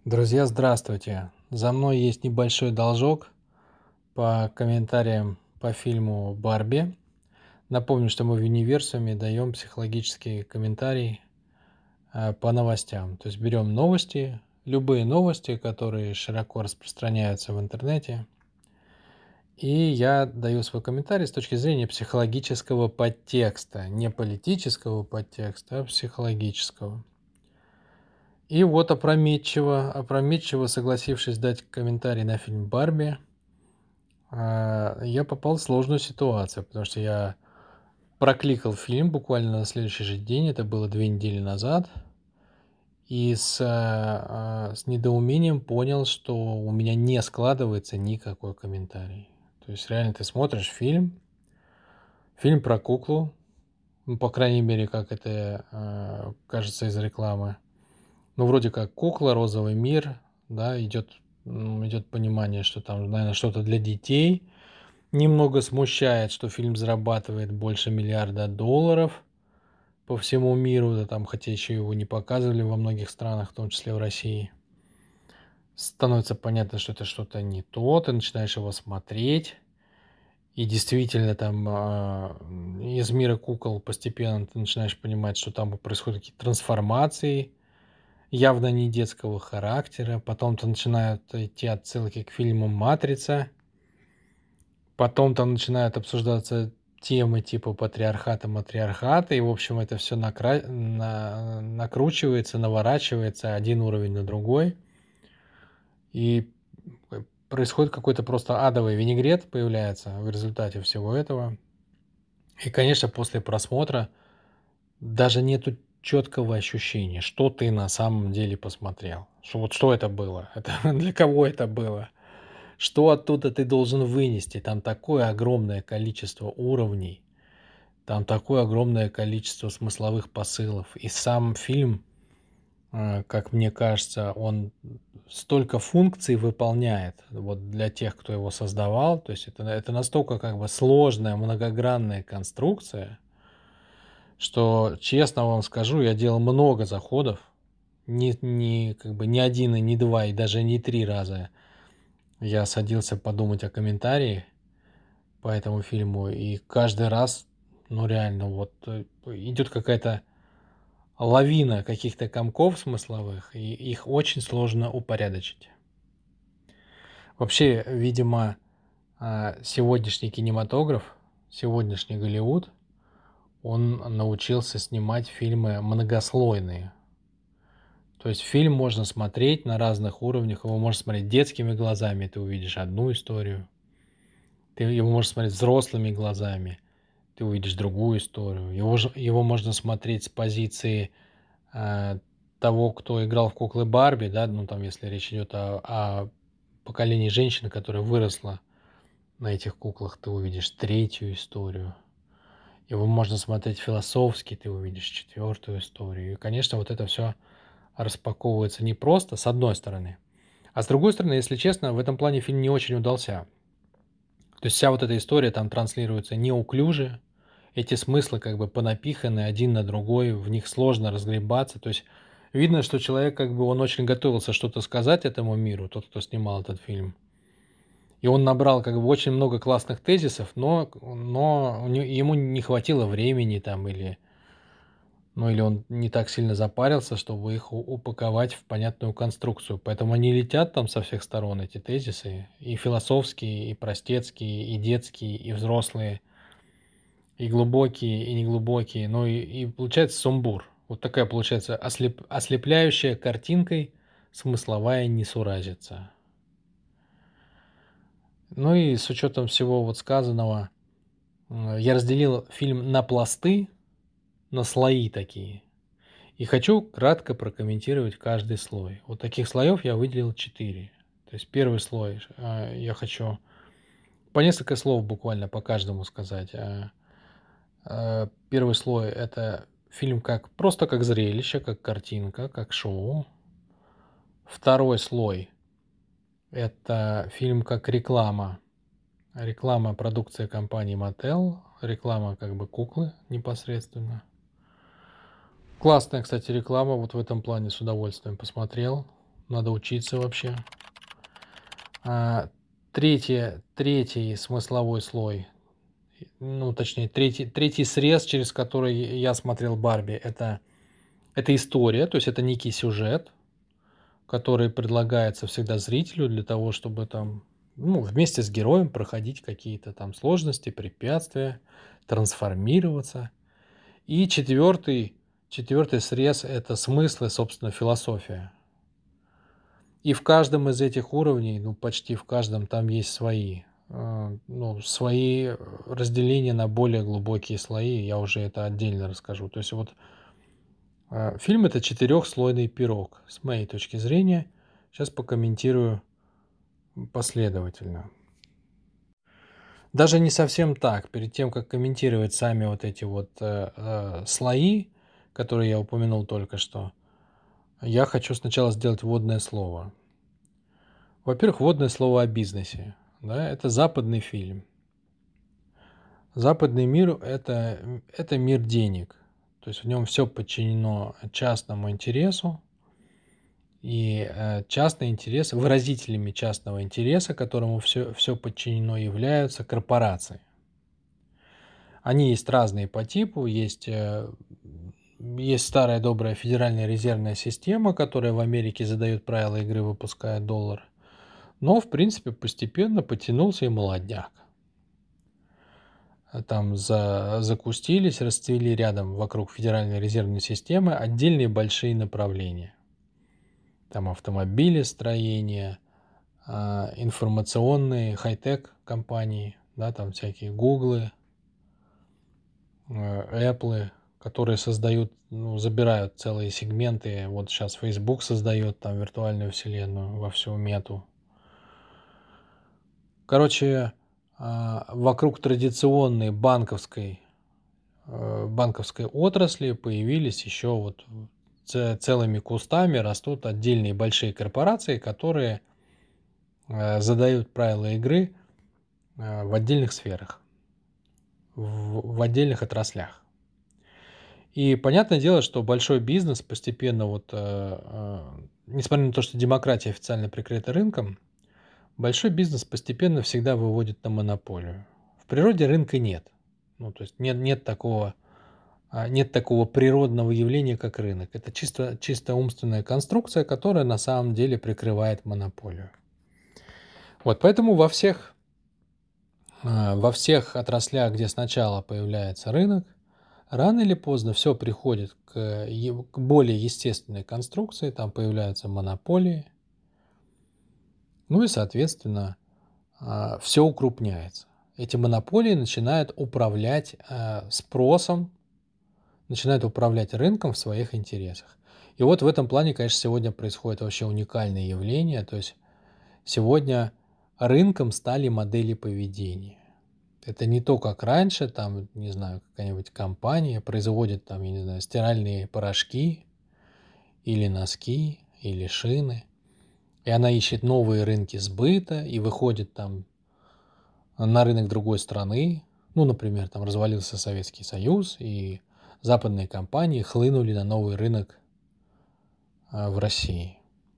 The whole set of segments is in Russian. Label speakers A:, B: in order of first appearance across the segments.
A: Друзья, здравствуйте! За мной есть небольшой должок по комментариям по фильму «Барби». Напомню, что мы в универсуме даем психологический комментарий по новостям. То есть берем новости, любые новости, которые широко распространяются в интернете, и я даю свой комментарий с точки зрения психологического подтекста, не политического подтекста, а психологического. И вот опрометчиво согласившись дать комментарий на фильм «Барби», я попал в сложную ситуацию, потому что я прокликал фильм буквально на следующий же день, это было 2 недели назад, и с недоумением понял, что у меня не складывается никакой комментарий. То есть реально ты смотришь фильм про куклу, ну, по крайней мере, как это, кажется из рекламы. Ну, вроде как кукла, розовый мир, да, идет понимание, что там, наверное, что-то для детей. Немного смущает, что фильм зарабатывает больше миллиарда долларов по всему миру, да там, хотя еще его не показывали во многих странах, в том числе в России. Становится понятно, что это что-то не то, ты начинаешь его смотреть, и действительно там из мира кукол постепенно ты начинаешь понимать, что там происходят какие-то трансформации, явно не детского характера. Потом-то начинают идти отсылки к фильму «Матрица». Потом там начинают обсуждаться темы типа патриархата, матриархата. И, в общем, это все накручивается, наворачивается один уровень на другой. И происходит какой-то просто адовый винегрет появляется в результате всего этого. И, конечно, после просмотра даже нету четкого ощущения, что ты на самом деле посмотрел. Что это было? Это для кого это было? Что оттуда ты должен вынести? Там такое огромное количество уровней, там такое огромное количество смысловых посылов. И сам фильм, как мне кажется, он столько функций выполняет вот для тех, кто его создавал. То есть это настолько как бы сложная, многогранная конструкция, что, честно вам скажу, я делал много заходов, как бы не один и не два, и даже не 3 раза. Я садился подумать о комментарии по этому фильму, и каждый раз, ну, реально, вот, идет какая-то лавина каких-то комков смысловых, и их очень сложно упорядочить. Вообще, видимо, сегодняшний кинематограф, сегодняшний Голливуд, он научился снимать фильмы многослойные. То есть фильм можно смотреть на разных уровнях, его можно смотреть детскими глазами, ты увидишь одну историю, ты его можешь смотреть взрослыми глазами, ты увидишь другую историю. Его можно смотреть с позиции, а, того, кто играл в куклы Барби, да, ну, там, если речь идет о поколении женщин, которая выросла на этих куклах, ты увидишь третью историю. Его можно смотреть философски, ты увидишь четвертую историю. И, конечно, вот это все распаковывается не просто, с одной стороны. А с другой стороны, если честно, в этом плане фильм не очень удался. То есть вся вот эта история там транслируется неуклюже, эти смыслы как бы понапиханы один на другой, в них сложно разгребаться. То есть видно, что человек как бы он очень готовился что-то сказать этому миру, тот, кто снимал этот фильм. И он набрал как бы очень много классных тезисов, но ему не хватило времени там или он не так сильно запарился, чтобы их упаковать в понятную конструкцию. Поэтому они летят там со всех сторон, эти тезисы, и философские, и простецкие, и детские, и взрослые, и глубокие, и неглубокие. Ну и получается сумбур. Вот такая получается ослепляющая картинкой смысловая несуразица. Ну и с учетом всего вот сказанного, я разделил фильм на пласты, на слои такие. И хочу кратко прокомментировать каждый слой. Вот таких слоев я выделил 4. То есть первый слой, я хочу по несколько слов буквально по каждому сказать. Первый слой — это фильм просто как зрелище, как картинка, как шоу. Второй слой — это фильм как реклама. Реклама продукции компании Mattel, реклама как бы куклы непосредственно. Классная, кстати, реклама, вот в этом плане с удовольствием посмотрел. надо учиться вообще. А, третий смысловой слой, ну, точнее, третий срез, через который я смотрел Барби, это история, то есть это некий сюжет, который предлагается всегда зрителю для того, чтобы там, ну, вместе с героем проходить какие-то там сложности, препятствия, трансформироваться. И четвертый срез — это смысл и, собственно, философия. И в каждом из этих уровней, ну, почти в каждом, там есть свои разделения на более глубокие слои. Я уже это отдельно расскажу. То есть вот фильм — это четырехслойный пирог, с моей точки зрения. Сейчас покомментирую последовательно. Даже не совсем так. Перед тем, как комментировать сами вот эти вот слои, которые я упомянул только что, я хочу сначала сделать вводное слово. Во-первых, вводное слово о бизнесе. Да, это западный фильм. Западный мир — это мир денег. То есть в нем все подчинено частному интересу, и частный интерес, выразителями частного интереса, которому все подчинено, являются корпорации. Они есть разные по типу. Есть старая добрая Федеральная резервная система, которая в Америке задает правила игры, выпуская доллар. Но, в принципе, постепенно потянулся и молодняк. Там закустились, расцвели рядом вокруг Федеральной резервной системы отдельные большие направления. Там автомобилестроение, информационные, хай-тек компании, да, там всякие Гуглы, Apple, которые создают, ну, забирают целые сегменты. Вот сейчас Facebook создает там виртуальную вселенную во всю мету. Короче, вокруг традиционной банковской отрасли появились еще вот целыми кустами растут отдельные большие корпорации, которые задают правила игры в отдельных сферах, в отдельных отраслях. И понятное дело, что большой бизнес постепенно, несмотря на то, что демократия официально прикрыта рынком, большой бизнес постепенно всегда выводит на монополию. В природе рынка нет. Ну, то есть нет такого природного явления, как рынок. Это чисто умственная конструкция, которая на самом деле прикрывает монополию. Вот поэтому во всех отраслях, где сначала появляется рынок, рано или поздно все приходит к более естественной конструкции, там появляются монополии, ну и, соответственно, все укрупняется. Эти монополии начинают управлять спросом, начинают управлять рынком в своих интересах. И вот в этом плане, конечно, сегодня происходит вообще уникальное явление. То есть сегодня рынком стали модели поведения. Это не то, как раньше, там, не знаю, какая-нибудь компания производит, там, я не знаю, стиральные порошки или носки, или шины, и она ищет новые рынки сбыта и выходит там на рынок другой страны. Ну, например, там развалился Советский Союз, и западные компании хлынули на новый рынок в России,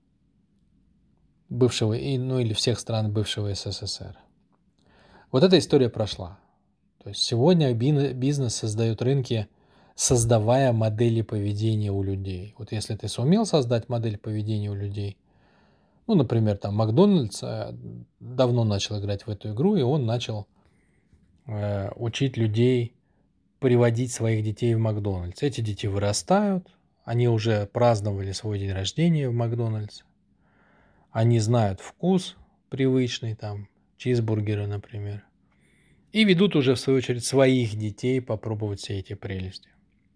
A: или всех стран бывшего СССР. Вот эта история прошла. То есть сегодня бизнес создает рынки, создавая модели поведения у людей. Вот если ты сумел создать модель поведения у людей, ну, например, там Макдональдс давно начал играть в эту игру, и он начал учить людей приводить своих детей в Макдональдс. Эти дети вырастают, они уже праздновали свой день рождения в Макдональдс, они знают вкус привычный, там, чизбургеры, например, и ведут уже, в свою очередь, своих детей попробовать все эти прелести.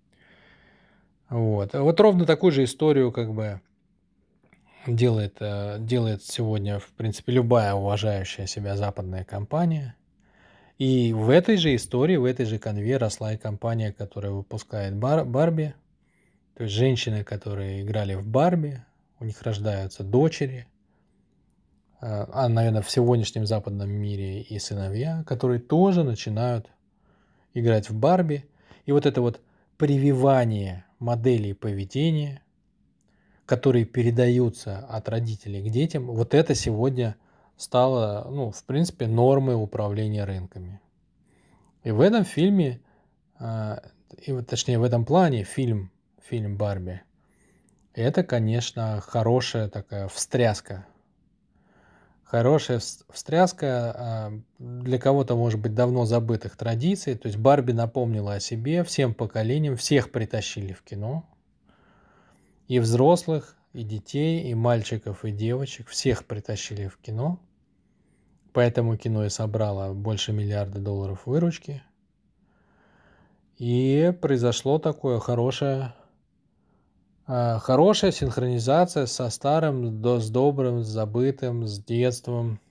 A: Вот. А вот ровно такую же историю как бы делает сегодня, в принципе, любая уважающая себя западная компания. И в этой же истории, в этой же канве росла и компания, которая выпускает Барби. То есть женщины, которые играли в Барби, у них рождаются дочери, наверное, в сегодняшнем западном мире и сыновья, которые тоже начинают играть в Барби. И вот это вот прививание моделей поведения, которые передаются от родителей к детям, вот это сегодня стало, ну, в принципе, нормой управления рынками. И в этом фильме, а, и вот точнее в этом плане фильм "Барби" — это, конечно, хорошая такая встряска. Хорошая встряска, для кого-то, может быть, давно забытых традиций. То есть Барби напомнила о себе всем поколениям, всех притащили в кино. И взрослых, и детей, и мальчиков, и девочек. Всех притащили в кино. Поэтому кино и собрало больше $1 миллиарда выручки. И произошло такое хорошая синхронизация со старым, с добрым, с забытым, с детством,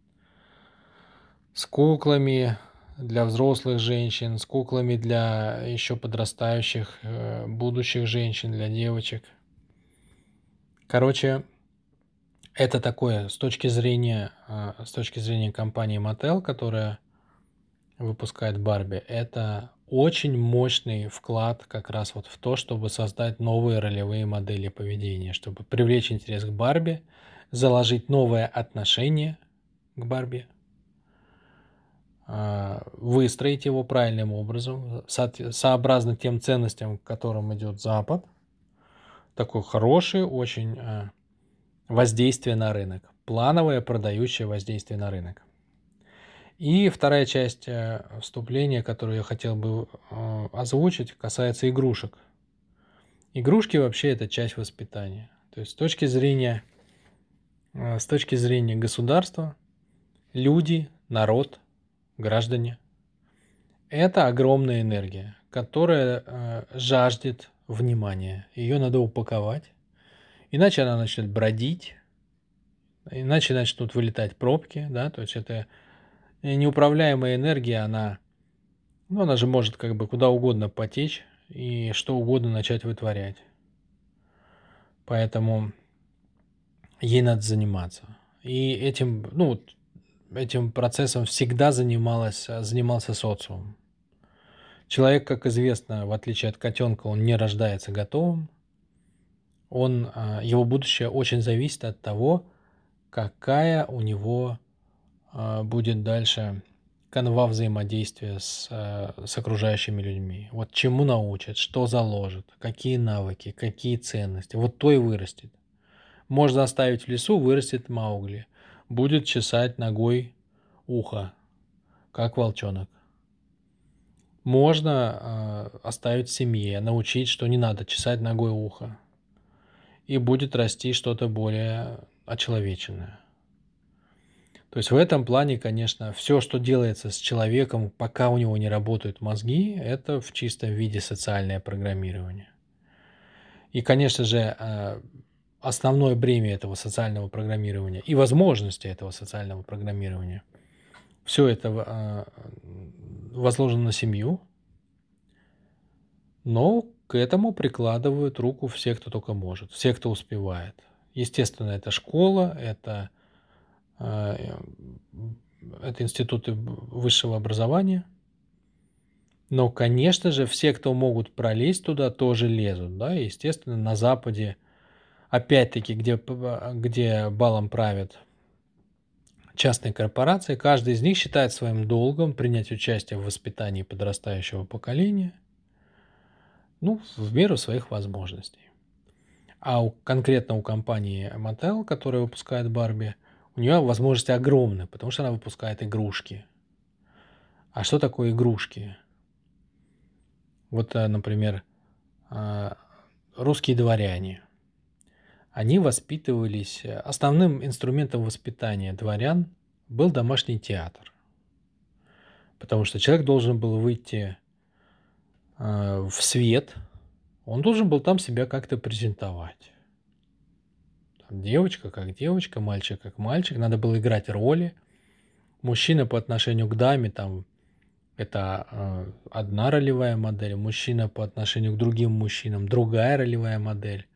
A: с куклами для взрослых женщин, с куклами для еще подрастающих, будущих женщин, для девочек. Короче, это такое с точки зрения компании Mattel, которая выпускает Барби, это очень мощный вклад как раз вот в то, чтобы создать новые ролевые модели поведения, чтобы привлечь интерес к Барби, заложить новое отношение к Барби, выстроить его правильным образом, сообразно тем ценностям, к которым идет Запад. Такое хорошее очень воздействие на рынок, плановое продающее воздействие на рынок. И вторая часть вступления, которую я хотел бы озвучить, касается игрушек. Игрушки вообще это часть воспитания. То есть с точки зрения государства, люди, народ, граждане — это огромная энергия, которая жаждет внимания. Ее надо упаковать, иначе она начнет бродить, иначе начнут вылетать пробки, да, то есть это неуправляемая энергия, она же может как бы куда угодно потечь и что угодно начать вытворять. Поэтому ей надо заниматься. И этим процессом всегда занимался социум. Человек, как известно, в отличие от котенка, он не рождается готовым. Его будущее очень зависит от того, какая у него будет дальше канва взаимодействия с окружающими людьми. Вот чему научат, что заложат, какие навыки, какие ценности. Вот то и вырастет. Можно оставить в лесу, вырастет Маугли. Будет чесать ногой ухо, как волчонок. Можно оставить в семье, научить, что не надо чесать ногой ухо. И будет расти что-то более очеловеченное. То есть в этом плане, конечно, все, что делается с человеком, пока у него не работают мозги, это в чистом виде социальное программирование. И, конечно же, основное бремя этого социального программирования и возможности этого социального программирования, все это возложено на семью, но к этому прикладывают руку все, кто только может, все, кто успевает. Естественно, это школа, это институты высшего образования. Но, конечно же, все, кто могут пролезть туда, тоже лезут. Да? Естественно, на Западе, опять-таки, где балом правят частные корпорации, каждый из них считает своим долгом принять участие в воспитании подрастающего поколения, в меру своих возможностей. Конкретно у компании Mattel, которая выпускает Барби, у нее возможности огромны, потому что она выпускает игрушки. А что такое игрушки? Вот, например, русские дворяне. Они воспитывались... Основным инструментом воспитания дворян был домашний театр. Потому что человек должен был выйти в свет, он должен был там себя как-то презентовать. Девочка как девочка, мальчик как мальчик. Надо было играть роли. Мужчина по отношению к даме это одна ролевая модель. Мужчина по отношению к другим мужчинам другая ролевая модель.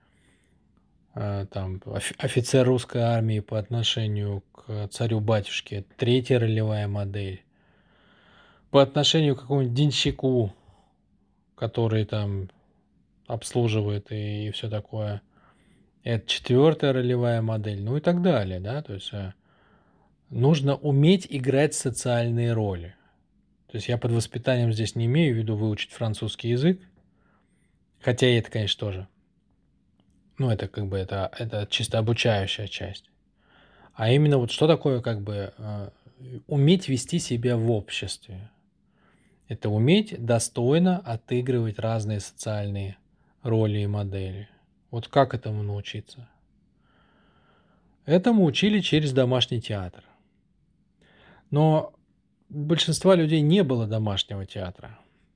A: Офицер русской армии по отношению к царю-батюшке третья ролевая модель. По отношению к какому-нибудь денщику, который там обслуживает и все такое, это четвертая ролевая модель, ну и так далее, да. То есть, нужно уметь играть социальные роли. То есть я под воспитанием здесь не имею в виду выучить французский язык, хотя и это, конечно, тоже. Ну, это как бы это чисто обучающая часть. А именно вот что такое как бы, уметь вести себя в обществе. Это уметь достойно отыгрывать разные социальные роли и модели. Вот как этому научиться? Этому учили через домашний театр. Но у большинства людей не было домашнего театра.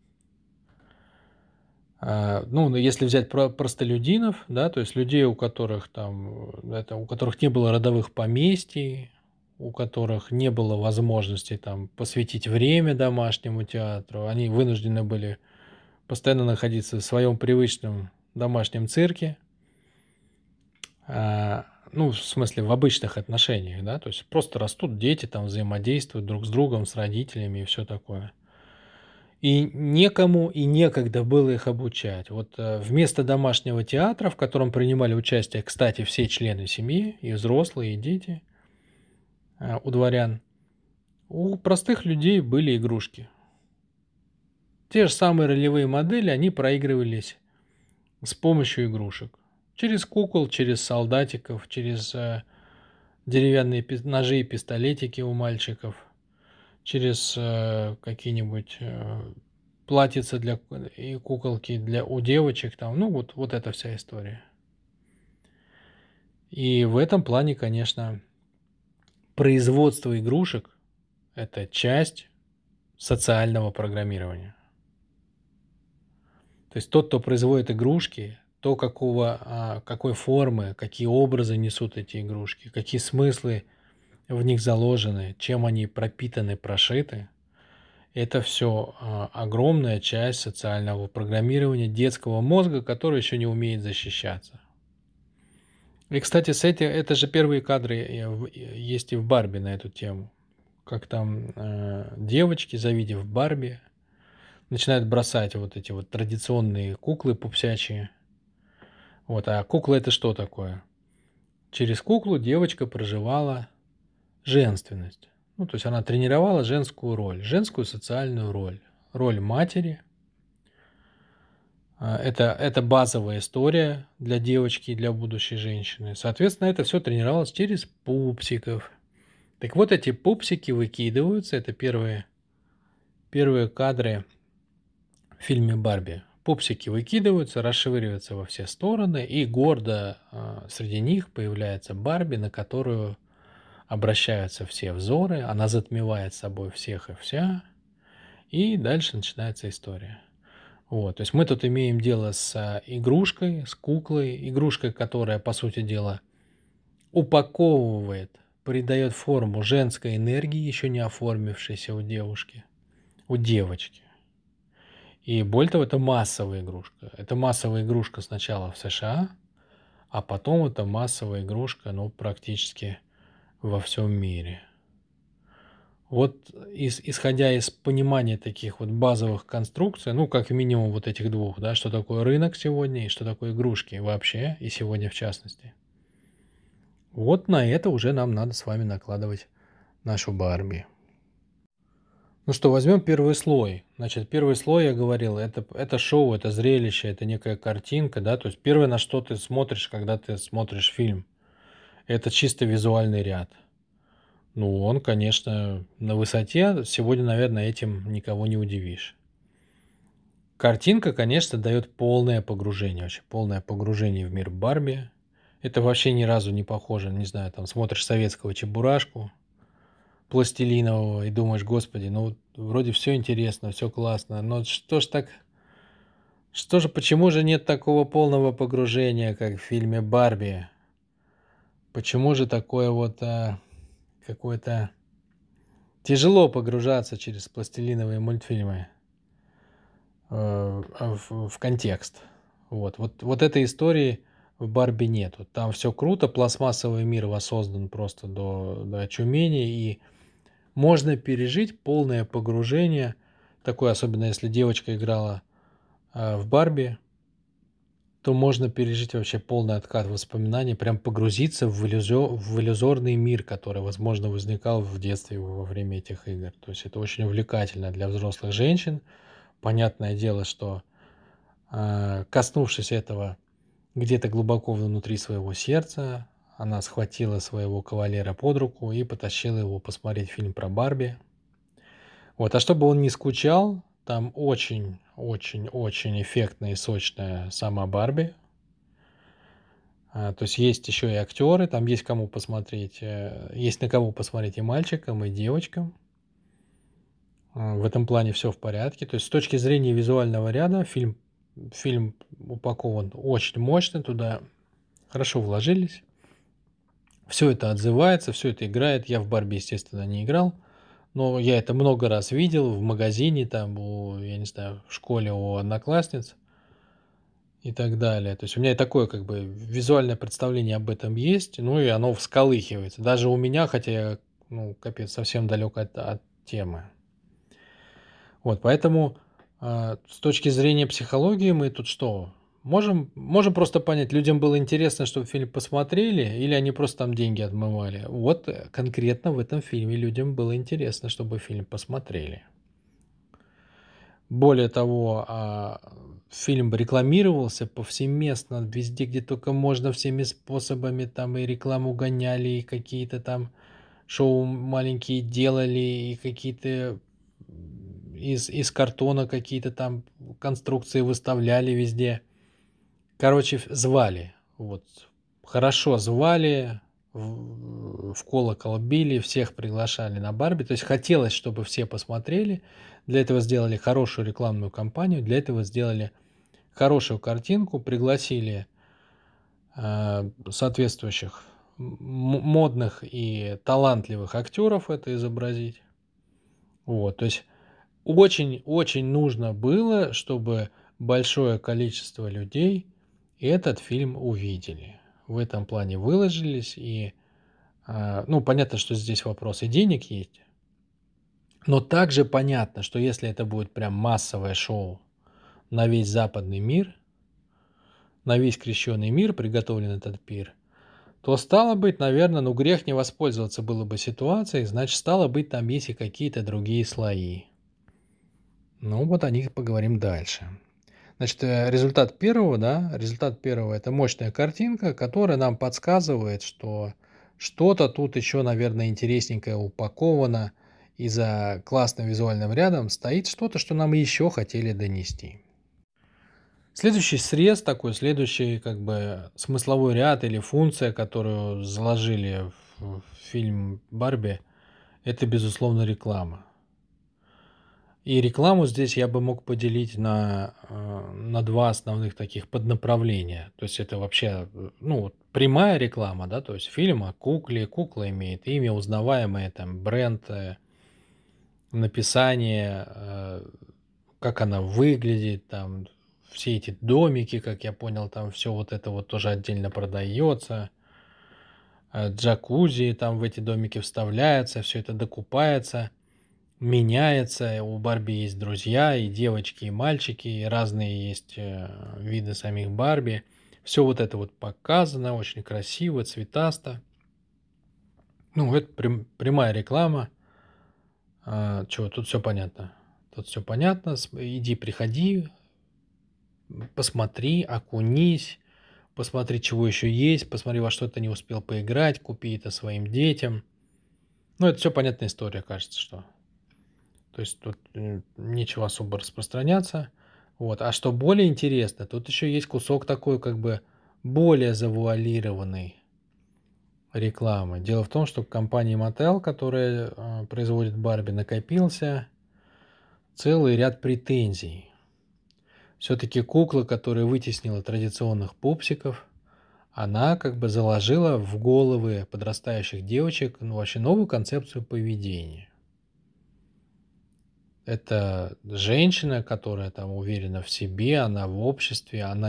A: Ну, если взять простолюдинов, да, то есть людей, у которых там, у которых не было родовых поместий, у которых не было возможности там посвятить время домашнему театру, они вынуждены были постоянно находиться в своем привычном домашнем цирке, ну, в смысле, в обычных отношениях, да, то есть просто растут дети, там взаимодействуют друг с другом, с родителями и все такое. И некому и некогда было их обучать. Вот, вместо домашнего театра, в котором принимали участие, кстати, все члены семьи, и взрослые, и дети, у дворян, у простых людей были игрушки. Те же самые ролевые модели, они проигрывались с помощью игрушек. Через кукол, через солдатиков, через, деревянные ножи и пистолетики у мальчиков, через, какие-нибудь, платьица и куколки у девочек там, ну вот эта вся история. И в этом плане, конечно, производство игрушек — это часть социального программирования. То есть тот, кто производит игрушки, то, какой формы, какие образы несут эти игрушки, какие смыслы в них заложены, чем они пропитаны, прошиты — это все огромная часть социального программирования детского мозга, который еще не умеет защищаться. И, кстати, это же первые кадры есть и в «Барби» на эту тему. Как там, девочки, завидев Барби, начинают бросать вот эти вот традиционные куклы пупсячие. Вот, а кукла — это что такое? Через куклу девочка проживала женственность. Ну, то есть она тренировала женскую роль, женскую социальную роль. Роль матери. Это базовая история для девочки и для будущей женщины. Соответственно, это все тренировалось через пупсиков. Так вот, эти пупсики выкидываются. Это первые кадры в фильме «Барби». Пупсики выкидываются, расшвыриваются во все стороны, и гордо, среди них появляется Барби, на которую обращаются все взоры. Она затмевает собой всех и вся, и дальше начинается история. Вот, то есть мы тут имеем дело с, игрушкой, с куклой, игрушкой, которая, по сути дела, упаковывает, придает форму женской энергии, еще не оформившейся у девочки. И более того, это массовая игрушка. Это массовая игрушка сначала в США, а потом это массовая игрушка, ну, практически во всем мире. Вот исходя из понимания таких вот базовых конструкций, ну, как минимум вот этих двух, да, что такое рынок сегодня и что такое игрушки вообще, и сегодня в частности. Вот на это уже нам надо с вами накладывать нашу Барби. Ну что, возьмем первый слой. Значит, первый слой, я говорил, это шоу, это зрелище, это некая картинка, да, то есть первое, на что ты смотришь, когда ты смотришь фильм, это чисто визуальный ряд. Ну, он, конечно, на высоте. Сегодня, наверное, этим никого не удивишь. Картинка, конечно, дает полное погружение, вообще полное погружение в мир Барби. Это вообще ни разу не похоже, не знаю, там смотришь советского Чебурашку пластилинового и думаешь: господи, ну вот вроде все интересно, все классно, но почему же нет такого полного погружения, как в фильме Барби? Почему же такое вот какое-то тяжело погружаться через пластилиновые мультфильмы в контекст? Вот этой истории в «Барби» нету. Там все круто, пластмассовый мир воссоздан просто до очумения, и можно пережить полное погружение, такое, особенно если девочка играла в «Барби», то можно пережить вообще полный откат воспоминаний, прям погрузиться в иллюзорный мир, который, возможно, возникал в детстве во время этих игр. То есть это очень увлекательно для взрослых женщин. Понятное дело, что, коснувшись этого где-то глубоко внутри своего сердца, она схватила своего кавалера под руку и потащила его посмотреть фильм про Барби. Вот, а чтобы он не скучал, там очень очень очень эффектная и сочная сама Барби. То есть есть еще и актеры, там есть кому посмотреть, есть на кого посмотреть и мальчикам, и девочкам. В этом плане все в порядке. То есть с точки зрения визуального ряда фильм упакован очень мощно, туда хорошо вложились. Все это отзывается, все это играет. Я в "Барби", естественно, не играл, но я это много раз видел в магазине, там, я не знаю, в школе у одноклассниц и так далее. То есть у меня и такое как бы визуальное представление об этом есть, ну и оно всколыхивается. Даже у меня, хотя я, ну, капец, совсем далек от темы. Вот, поэтому, с точки зрения психологии мы тут что? Можем просто понять, людям было интересно, чтобы фильм посмотрели, или они просто там деньги отмывали. Вот, конкретно в этом фильме людям было интересно, чтобы фильм посмотрели. Более того, фильм рекламировался повсеместно, везде, где только можно, всеми способами. Там и рекламу гоняли, и какие-то там шоу маленькие делали, и какие-то из картона какие-то там конструкции выставляли везде. Короче, звали. Вот. Хорошо звали, в колокол били, всех приглашали на Барби. То есть хотелось, чтобы все посмотрели. Для этого сделали хорошую рекламную кампанию, для этого сделали хорошую картинку, пригласили соответствующих модных и талантливых актеров это изобразить. Вот, то есть очень нужно было, чтобы большое количество людей этот фильм увидели. В этом плане выложились и, ну, понятно, что здесь вопрос и денег есть, но также понятно, что если это будет прям массовое шоу на весь западный мир, на весь крещеный мир приготовлен этот пир, то стало быть, наверное, ну, грех не воспользоваться было бы ситуацией, значит, стало быть, там есть и какие-то другие слои. Ну, вот о них поговорим дальше. Значит, результат первого — это мощная картинка, которая нам подсказывает, что что-то тут еще, наверное, интересненькое упаковано, и за классным визуальным рядом стоит что-то, что нам еще хотели донести. Следующий срез такой, следующий как бы смысловой ряд или функция, которую заложили в фильм "Барби", это, безусловно, реклама. И рекламу здесь я бы мог поделить на 2 основных таких поднаправления. То есть это вообще, ну, вот прямая реклама, да, то есть фильм о кукле, кукла имеет имя, узнаваемое, там, бренд, написание, как она выглядит, там, все эти домики, как я понял, там все вот это вот тоже отдельно продается, джакузи там в эти домики вставляются, все это докупается. Меняется. У Барби есть друзья, и девочки, и мальчики, и разные есть, виды самих Барби. Все вот это вот показано очень красиво, цветасто. Ну, это прямая реклама. Чё, тут все понятно. Тут все понятно. Иди, приходи, посмотри, окунись, посмотри, чего еще есть, посмотри, во что ты не успел поиграть, купи это своим детям. Ну, это все понятная история, кажется, что. То есть тут, нечего особо распространяться. Вот. А что более интересно, тут еще есть кусок такой как бы более завуалированной рекламы. Дело в том, что к компании Mattel, которая, производит Барби, накопился целый ряд претензий. Все-таки кукла, которая вытеснила традиционных пупсиков, она как бы заложила в головы подрастающих девочек, ну, вообще новую концепцию поведения. Это женщина, которая там уверена в себе, она в обществе, она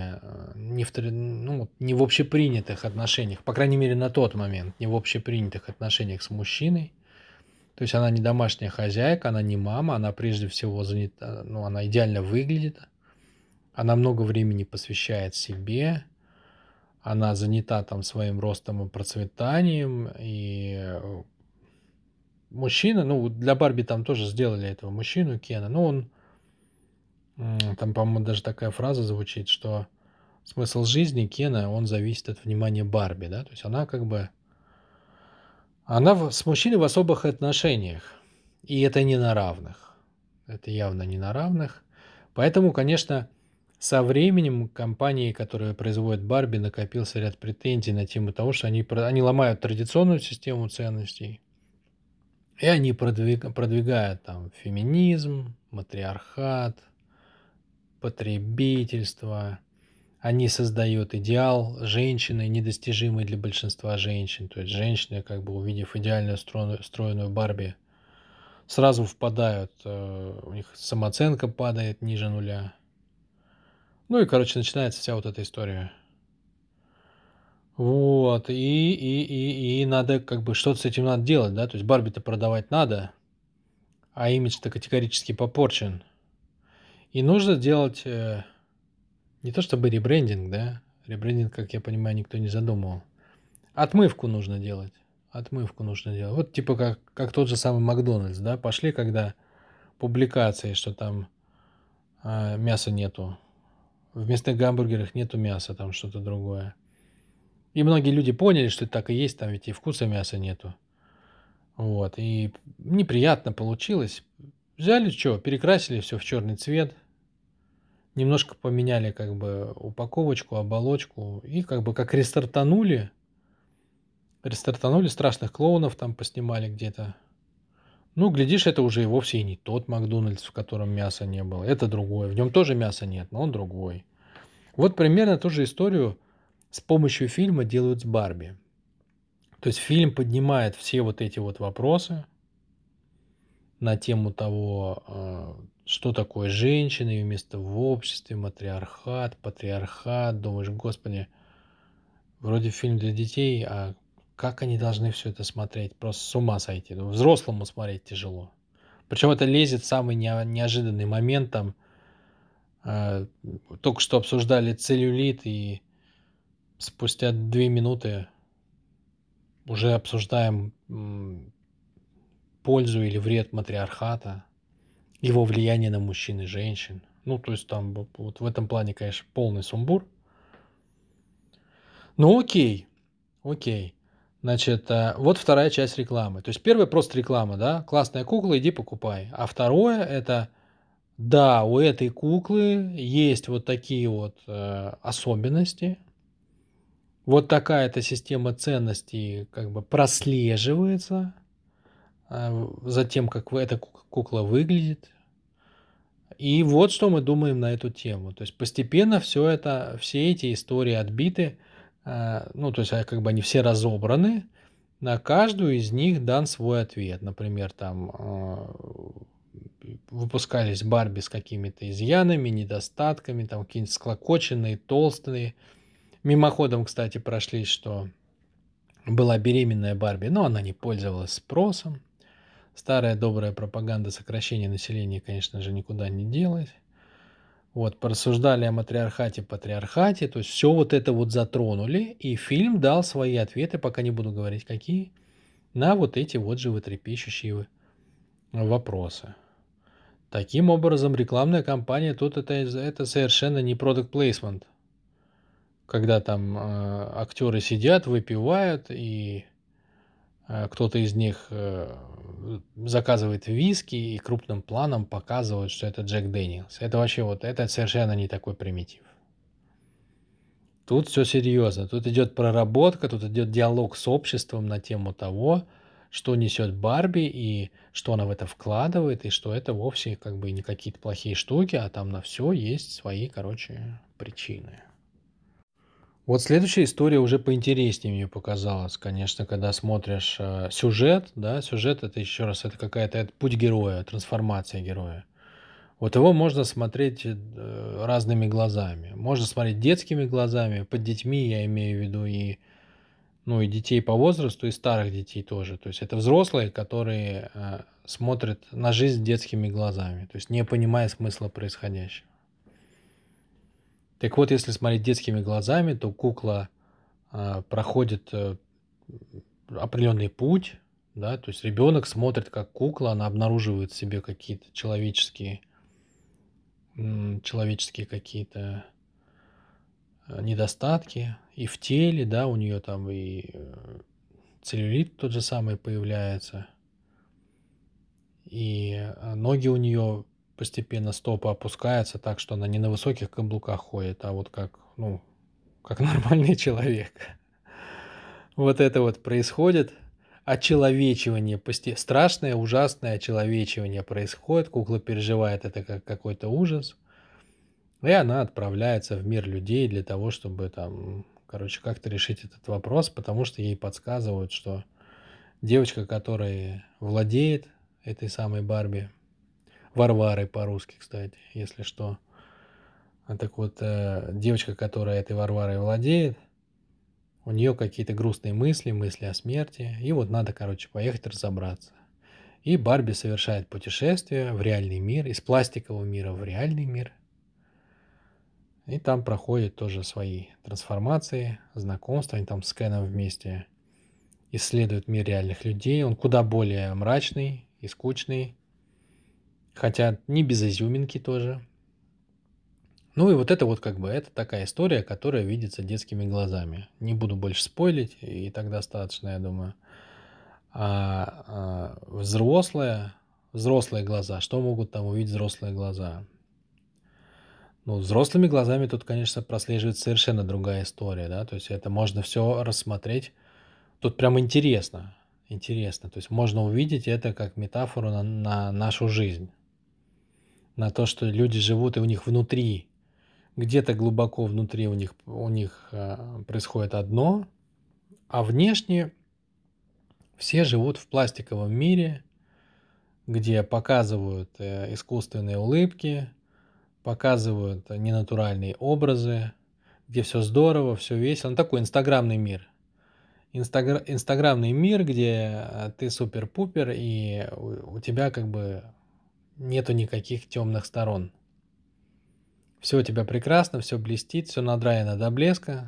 A: не в общепринятых отношениях, по крайней мере, на тот момент, не в общепринятых отношениях с мужчиной. То есть она не домашняя хозяйка, она не мама, она прежде всего занята, ну, она идеально выглядит, Она много времени посвящает себе, она занята там своим ростом и процветанием, и мужчина, ну, вот для Барби там тоже сделали этого мужчину Кена, но он, там, по-моему, даже такая фраза звучит, что смысл жизни Кена, он зависит от внимания Барби, да, то есть она как бы, она с мужчиной в особых отношениях, и это не на равных, это явно не на равных, поэтому, конечно, со временем компании, которые производят Барби, накопился ряд претензий на тему того, что они ломают традиционную систему ценностей, и они продвигают там феминизм, матриархат, потребительство. Они создают идеал женщины, недостижимый для большинства женщин. То есть женщины, как бы увидев идеально стройную Барби, сразу впадают, у них самооценка падает ниже нуля. Ну и, короче, начинается вся вот эта история. Вот, и надо как бы что-то с этим надо делать, да, то есть Барби-то продавать надо, а имидж-то категорически попорчен. И нужно делать, не то чтобы ребрендинг, да, ребрендинг, как я понимаю, никто не задумывал. Отмывку нужно делать, отмывку нужно делать. Вот типа как тот же самый "Макдональдс", да, пошли, когда публикации, что там, мяса нету, в мясных гамбургерах нету мяса, там что-то другое. И многие люди поняли, что это так и есть, там ведь и вкуса мяса нету. Вот, и неприятно получилось. Взяли, что, перекрасили все в черный цвет, немножко поменяли как бы упаковочку, оболочку и как бы как рестартанули, страшных клоунов там поснимали где-то. Ну, глядишь, это уже и вовсе и не тот "Макдональдс", в котором мяса не было. Это другой. В нем тоже мяса нет, но он другой. Вот примерно ту же историю с помощью фильма делают с "Барби". То есть фильм поднимает все вот эти вот вопросы на тему того, что такое женщина, ее место в обществе, матриархат, патриархат. Думаешь: "Господи, вроде фильм для детей, а как они должны все это смотреть? Просто с ума сойти". Ну, взрослому смотреть тяжело. Причем это лезет в самый неожиданный момент. Там, а, только что обсуждали целлюлит, и спустя 2 минуты уже обсуждаем, пользу или вред матриархата, его влияние на мужчин и женщин. Ну, то есть там вот в этом плане, конечно, полный сумбур. Ну, окей, окей. Значит, вот вторая часть рекламы. То есть первая просто реклама, да, классная кукла, иди покупай. А второе это, да, у этой куклы есть вот такие вот особенности, вот такая-то система ценностей как бы прослеживается за тем, как эта кукла выглядит. И вот что мы думаем на эту тему. То есть постепенно все эти истории отбиты, ну, то есть как бы они все разобраны, на каждую из них дан свой ответ. Например, там выпускались Барби с какими-то изъянами, недостатками, там какие-нибудь склокоченные, толстые. Мимоходом, кстати, прошлись, что была беременная Барби, но она не пользовалась спросом. Старая добрая пропаганда сокращения населения, конечно же, никуда не делась. Вот, порассуждали о матриархате, патриархате, то есть все вот это вот затронули, и фильм дал свои ответы, пока не буду говорить какие, на вот эти вот животрепещущие вопросы. Таким образом, рекламная кампания тут это совершенно не product placement, когда там актеры сидят, выпивают, и кто-то из них заказывает виски и крупным планом показывает, что это Джек Дэниелс. Это вообще вот, это совершенно не такой примитив. Тут все серьезно. Тут идет проработка, тут идет диалог с обществом на тему того, что несет Барби и что она в это вкладывает, и что это вовсе как бы не какие-то плохие штуки, а там на все есть свои, короче, причины. Вот следующая история уже поинтереснее мне показалась, конечно, когда смотришь, сюжет, да. Сюжет — это, еще раз, это какая-то путь героя, трансформация героя. Вот его можно смотреть, разными глазами. Можно смотреть детскими глазами. Под детьми я имею в виду и, ну, и детей по возрасту, и старых детей тоже. То есть это взрослые, которые, смотрят на жизнь детскими глазами, то есть не понимая смысла происходящего. Так вот, если смотреть детскими глазами, то кукла проходит определенный путь, да, то есть ребенок смотрит, как кукла, она обнаруживает в себе какие-то человеческие какие-то недостатки и в теле, да, у нее там и целлюлит тот же самый появляется, и ноги у нее постепенно, стопы опускаются так, что она не на высоких каблуках ходит, а вот как, ну, как нормальный человек. Вот это вот происходит очеловечивание, страшное, ужасное очеловечивание происходит. Кукла переживает это как какой-то ужас, и она отправляется в мир людей для того, чтобы там, короче, как-то решить этот вопрос, потому что ей подсказывают, что девочка, которая владеет этой самой Барби, Варварой по-русски, кстати, если что. Так вот, девочка, которая этой Варварой владеет, у нее какие-то грустные мысли, мысли о смерти, и вот надо, короче, поехать разобраться. И Барби совершает путешествие в реальный мир, из пластикового мира в реальный мир, и там проходит тоже свои трансформации, знакомства, они там с Кеном вместе исследуют мир реальных людей. Он куда более мрачный и скучный, хотя не без изюминки тоже. Ну и вот это вот как бы, это такая история, которая видится детскими глазами. Не буду больше спойлить, и так достаточно, я думаю. Взрослые глаза, что могут там увидеть взрослые глаза? Ну, взрослыми глазами тут, конечно, прослеживается совершенно другая история, да, то есть это можно все рассмотреть. Тут прям интересно, интересно. То есть можно увидеть это как метафору на нашу жизнь, на то, что люди живут, и у них внутри, где-то глубоко внутри у них происходит одно, а внешне все живут в пластиковом мире, где показывают искусственные улыбки, показывают ненатуральные образы, где все здорово, все весело. Ну, такой инстаграмный мир. Инстаграмный мир, где ты супер-пупер, и у тебя как бы нету никаких темных сторон. Все у тебя прекрасно, все блестит, все надраено до блеска.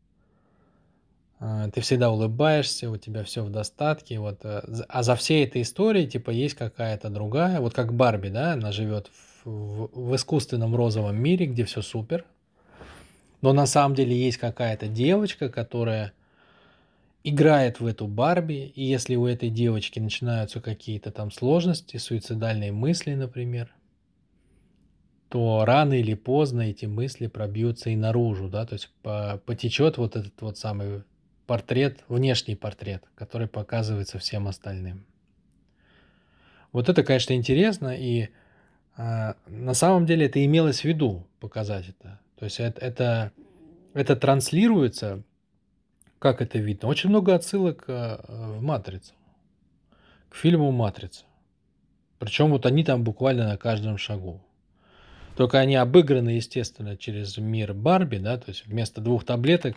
A: Ты всегда улыбаешься, у тебя все в достатке. Вот, а за всей этой историей, типа, есть какая-то другая. Вот как Барби, да, она живет в искусственном розовом мире, где все супер. Но на самом деле есть какая-то девочка, которая играет в эту Барби, и если у этой девочки начинаются какие-то там сложности, суицидальные мысли, например, то рано или поздно эти мысли пробьются и наружу, да, то есть потечет вот этот вот самый портрет, внешний портрет, который показывается всем остальным. Вот это, конечно, интересно, и на самом деле это имелось в виду показать это. То есть это транслируется, как это видно. Очень много отсылок в «Матрицу», к фильму «Матрица». Причем вот они там буквально на каждом шагу. Только они обыграны, естественно, через мир Барби, да, то есть вместо 2 таблеток,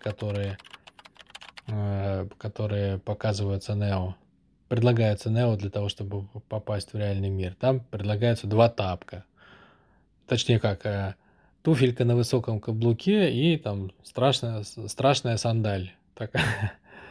A: которые предлагаются Нео для того, чтобы попасть в реальный мир, там предлагаются 2 тапка. Точнее как, туфелька на высоком каблуке и там страшная сандаль такая,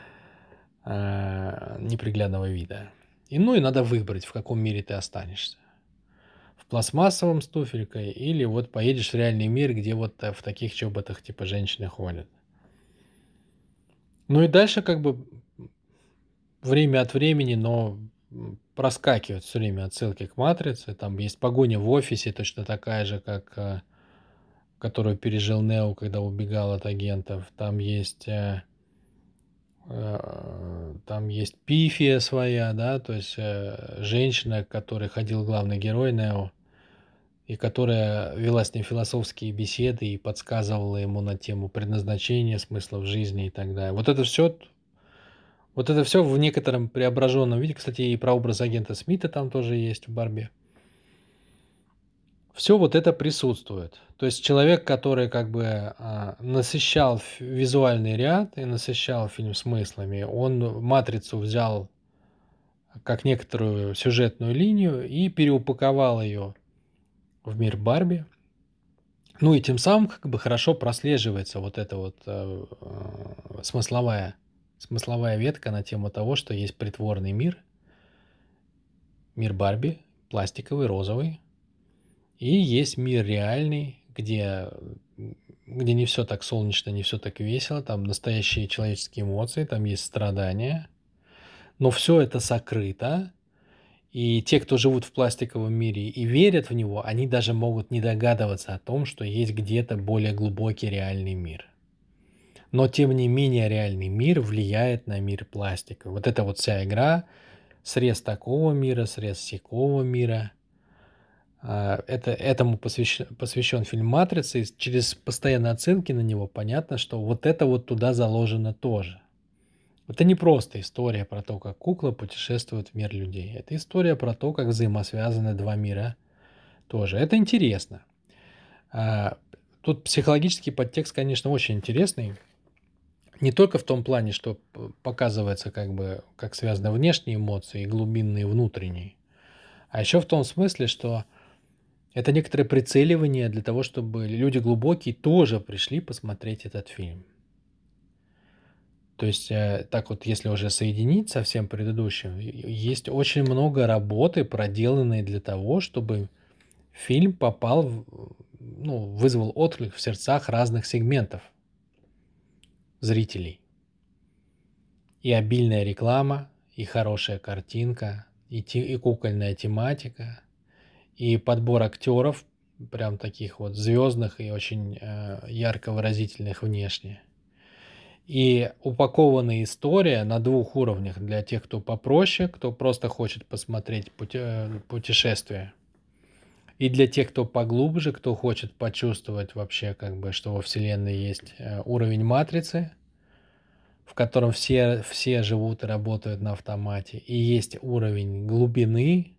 A: неприглядного вида. Ну и надо выбрать, в каком мире ты останешься. В пластмассовом с туфелькой или вот поедешь в реальный мир, где вот в таких чоботах типа женщины ходят. Ну и дальше как бы время от времени, но проскакивают все время отсылки к «Матрице». Там есть погоня в офисе, точно такая же, как которую пережил Нео, когда убегал от агентов. Там есть пифия своя, да, то есть женщина, к которой ходил главный герой Нео, и которая вела с ним философские беседы и подсказывала ему на тему предназначения, смыслов жизни и так далее. Вот это все в некотором преображенном виде. Кстати, и прообраз агента Смита там тоже есть в «Барби». Все вот это присутствует. То есть человек, который как бы насыщал визуальный ряд и насыщал фильм смыслами, он «Матрицу» взял как некоторую сюжетную линию и переупаковал ее в мир Барби. Ну и тем самым как бы хорошо прослеживается вот эта вот смысловая ветка на тему того, что есть притворный мир, мир Барби, пластиковый, розовый, и есть мир реальный, где не все так солнечно, не все так весело, там настоящие человеческие эмоции, там есть страдания, но все это сокрыто. И те, кто живут в пластиковом мире и верят в него, они даже могут не догадываться о том, что есть где-то более глубокий реальный мир. Но тем не менее реальный мир влияет на мир пластика. Вот это вот вся игра, срез такого мира, срез сякого мира. Этому посвящен фильм «Матрица», и через постоянные отсылки на него понятно, что вот это вот туда заложено тоже. Это не просто история про то, как кукла путешествует в мир людей. Это история про то, как взаимосвязаны два мира тоже. Это интересно. А, Тут психологический подтекст, конечно, очень интересный. Не только в том плане, что показывается, как связаны внешние эмоции, глубинные и внутренние, а еще в том смысле, что это некоторое прицеливание для того, чтобы люди глубокие тоже пришли посмотреть этот фильм. То есть, так вот, если уже соединить со всем предыдущим, есть очень много работы, проделанной для того, чтобы фильм вызвал отклик в сердцах разных сегментов зрителей. И обильная реклама, и хорошая картинка, и кукольная тематика, и подбор актеров, прям таких вот звездных и очень ярко выразительных внешне. И упакованная история на двух уровнях для тех, кто попроще, кто просто хочет посмотреть путешествие, и для тех, кто поглубже, кто хочет почувствовать вообще, что во Вселенной есть уровень матрицы, в котором все живут и работают на автомате, и есть уровень глубины,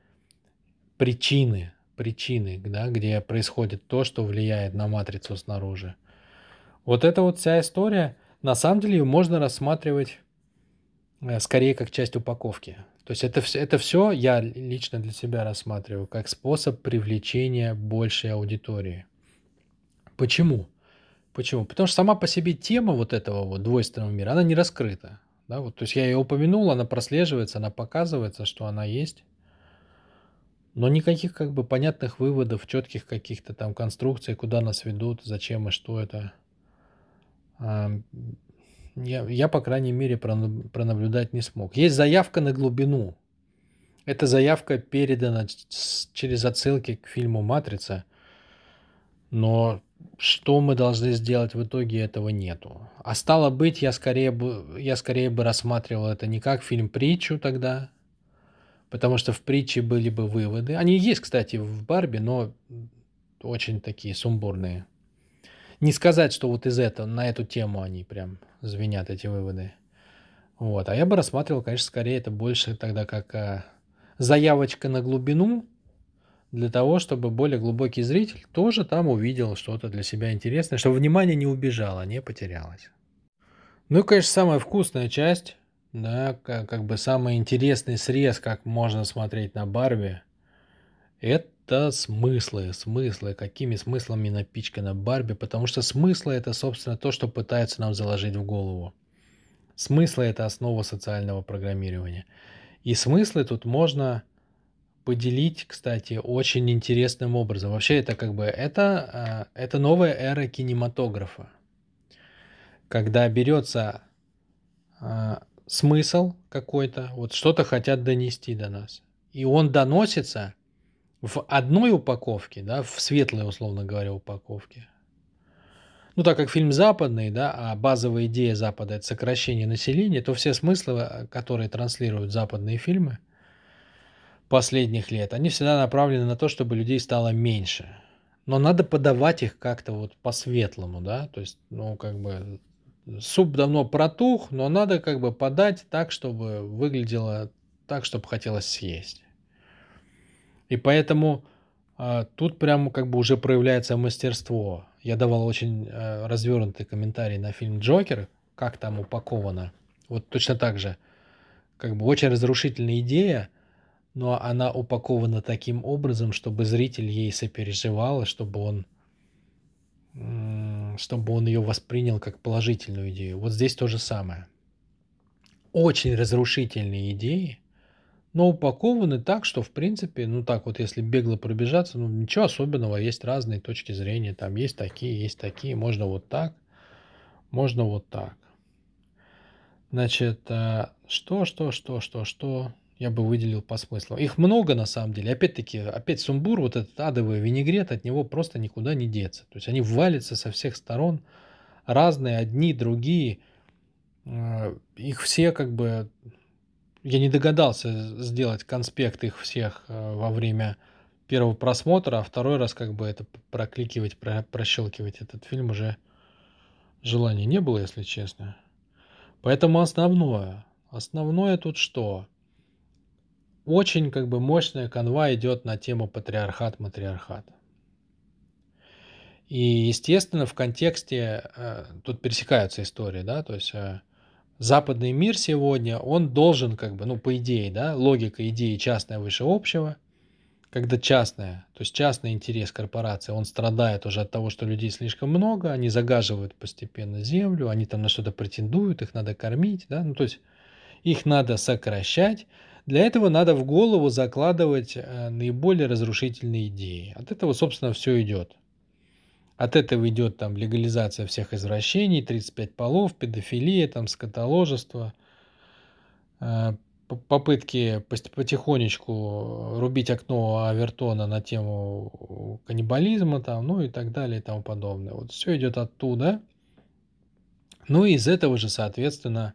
A: причины, да, где происходит то, что влияет на матрицу снаружи. Вот эта вот вся история, на самом деле, ее можно рассматривать скорее как часть упаковки. То есть это все я лично для себя рассматриваю как способ привлечения большей аудитории. Почему? Почему? Потому что сама по себе тема вот этого вот двойственного мира, она не раскрыта. Да, вот, то есть я ее упомянул, она прослеживается, она показывается, что она есть, но никаких как бы понятных выводов, четких каких-то там конструкций, куда нас ведут, зачем и что это, а, я по крайней мере, пронаблюдать не смог. Есть заявка на глубину. Эта заявка передана через отсылки к фильму «Матрица», но что мы должны сделать в итоге, этого нету. А стало быть, я скорее бы рассматривал это не как фильм-притчу тогда, потому что в притче были бы выводы. Они есть, кстати, в «Барби», но очень такие сумбурные. Не сказать, что вот на эту тему они прям звенят, эти выводы. Вот. А я бы рассматривал, конечно, скорее это больше тогда как заявочка на глубину, для того, чтобы более глубокий зритель тоже там увидел что-то для себя интересное, чтобы внимание не убежало, не потерялось. Ну и, конечно, самая вкусная часть, да, как бы самый интересный срез, как можно смотреть на Барби, это смыслы, какими смыслами напичкана Барби, потому что смыслы это, собственно, то, что пытаются нам заложить в голову. Смыслы это основа социального программирования. И смыслы тут можно поделить, кстати, очень интересным образом. Вообще это это новая эра кинематографа, когда берется смысл какой-то, вот что-то хотят донести до нас, и он доносится в одной упаковке, да, в светлой, условно говоря, упаковке. Ну, так как фильм западный, да, а базовая идея Запада — это сокращение населения, то все смыслы, которые транслируют западные фильмы последних лет, они всегда направлены на то, чтобы людей стало меньше. Но надо подавать их как-то вот по-светлому, да, то есть, ну, как бы суп давно протух, но надо как бы подать так, чтобы выглядело так, чтобы хотелось съесть. И поэтому тут прямо как бы уже проявляется мастерство. Я давал очень развернутый комментарий на фильм «Джокер», как там упаковано. Вот точно так же. Как бы очень разрушительная идея, но она упакована таким образом, чтобы зритель ей сопереживал, и чтобы он чтобы он ее воспринял как положительную идею. Вот здесь то же самое. Очень разрушительные идеи, но упакованы так, что, в принципе, ну так вот, если бегло пробежаться, ну ничего особенного, есть разные точки зрения, там есть такие, можно вот так, можно вот так. Значит, что я бы выделил по смыслу? Их много на самом деле. Опять-таки, опять сумбур, вот этот адовый винегрет, от него просто никуда не деться. То есть они валятся со всех сторон, разные, одни, другие. Их все как бы... Я не догадался сделать конспект их всех во время первого просмотра, а второй раз как бы это прокликивать, прощелкивать этот фильм уже желания не было, если честно. Поэтому основное тут что? Очень как бы мощная канва идет на тему патриархат-матриархат. И, естественно, в контексте, тут пересекаются истории, да, то есть западный мир сегодня, он должен как бы, ну, по идее, да, логика идеи частное выше общего, когда частное, то есть частный интерес корпорации, он страдает уже от того, что людей слишком много, они загаживают постепенно землю, они там на что-то претендуют, их надо кормить, да, ну, то есть их надо сокращать. Для этого надо в голову закладывать наиболее разрушительные идеи. От этого, собственно, все идет. От этого идет там легализация всех извращений, 35 полов, педофилия, там скотоложество, э, попытки потихонечку рубить окно Авертона на тему каннибализма, там, ну и так далее и тому подобное. Вот все идет оттуда. Ну и из этого же, соответственно,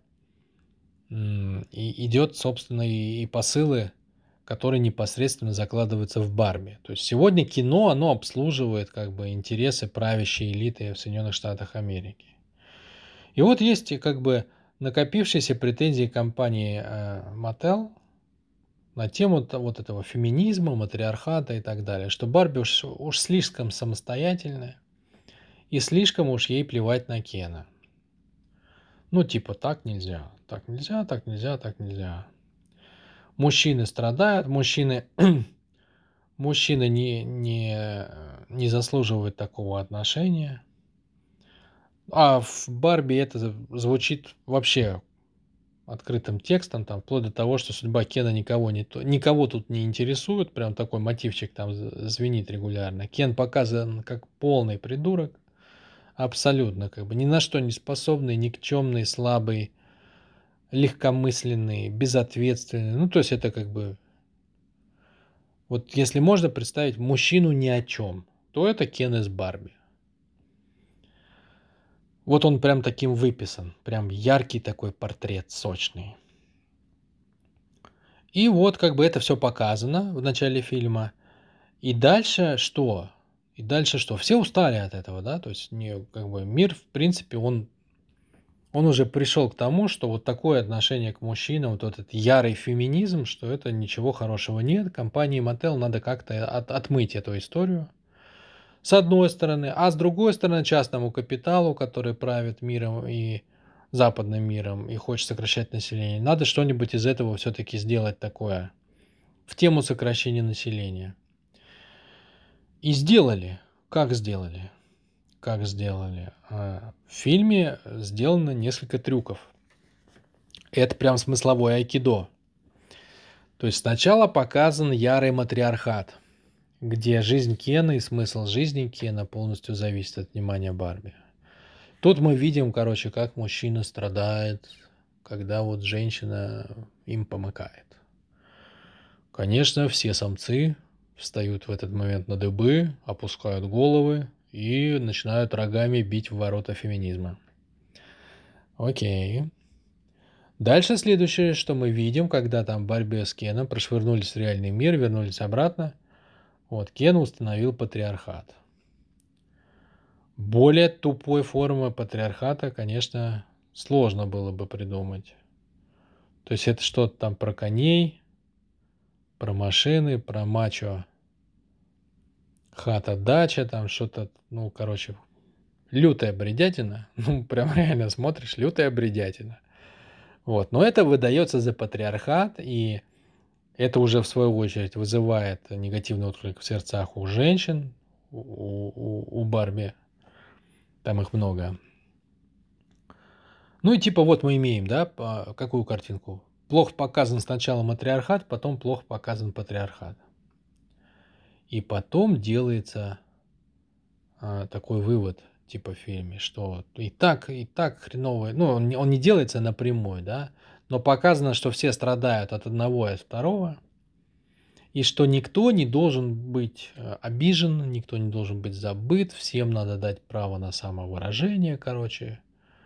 A: и идет, собственно, и посылы, которые непосредственно закладываются в Барби. То есть сегодня кино, оно обслуживает как бы интересы правящей элиты в Соединенных Штатах Америки. И вот есть и как бы накопившиеся претензии компании Mattel на тему вот этого феминизма, матриархата и так далее, что Барби уж слишком самостоятельная и слишком уж ей плевать на Кена. Ну, типа, так нельзя, так нельзя, так нельзя, так нельзя. Мужчины страдают, мужчины не заслуживают такого отношения. А в Барби это звучит вообще открытым текстом, там, вплоть до того, что судьба Кена никого тут не интересует. Прям такой мотивчик там звенит регулярно. Кен показан как полный придурок. Абсолютно, как бы ни на что не способный, никчемный, слабый, легкомысленный, безответственный. Ну, то есть это как бы... Вот если можно представить мужчину ни о чем, то это Кен из Барби. Вот он прям таким выписан, прям яркий такой портрет, сочный. И вот как бы это все показано в начале фильма. И дальше что? И дальше что? Все устали от этого, да? То есть не, как бы мир, в принципе, он уже пришел к тому, что вот такое отношение к мужчинам, вот этот ярый феминизм, что это ничего хорошего нет. Компании Mattel надо как-то отмыть эту историю. С одной стороны, а с другой стороны частному капиталу, который правит миром и западным миром и хочет сокращать население, надо что-нибудь из этого все-таки сделать такое в тему сокращения населения. И сделали. Как сделали? Как сделали? В фильме сделано несколько трюков. Это прям смысловое айкидо. То есть сначала показан ярый матриархат, где жизнь Кена и смысл жизни Кена полностью зависит от внимания Барби. Тут мы видим, короче, как мужчина страдает, когда вот женщина им помыкает. Конечно, все самцы встают в этот момент на дыбы, опускают головы и начинают рогами бить в ворота феминизма. Окей. Дальше следующее, что мы видим, когда там Барби с Кеном прошвырнулись в реальный мир, вернулись обратно. Вот, Кен установил патриархат. Более тупой формы патриархата, конечно, сложно было бы придумать. То есть это что-то там про коней, про машины, про мачо, хата, дача, там что-то, ну, короче, лютая бредятина. Ну, прям реально смотришь, лютая бредятина. Вот, но это выдается за патриархат, и это уже в свою очередь вызывает негативный отклик в сердцах у женщин, у Барби. Там их много. Ну и типа вот мы имеем, да, какую картинку? Плохо показан сначала матриархат, потом плохо показан патриархат. И потом делается такой вывод, типа в фильме, что и так хреново, ну, он не делается напрямую, да, но показано, что все страдают от одного и от второго, и что никто не должен быть обижен, никто не должен быть забыт, всем надо дать право на самовыражение, короче,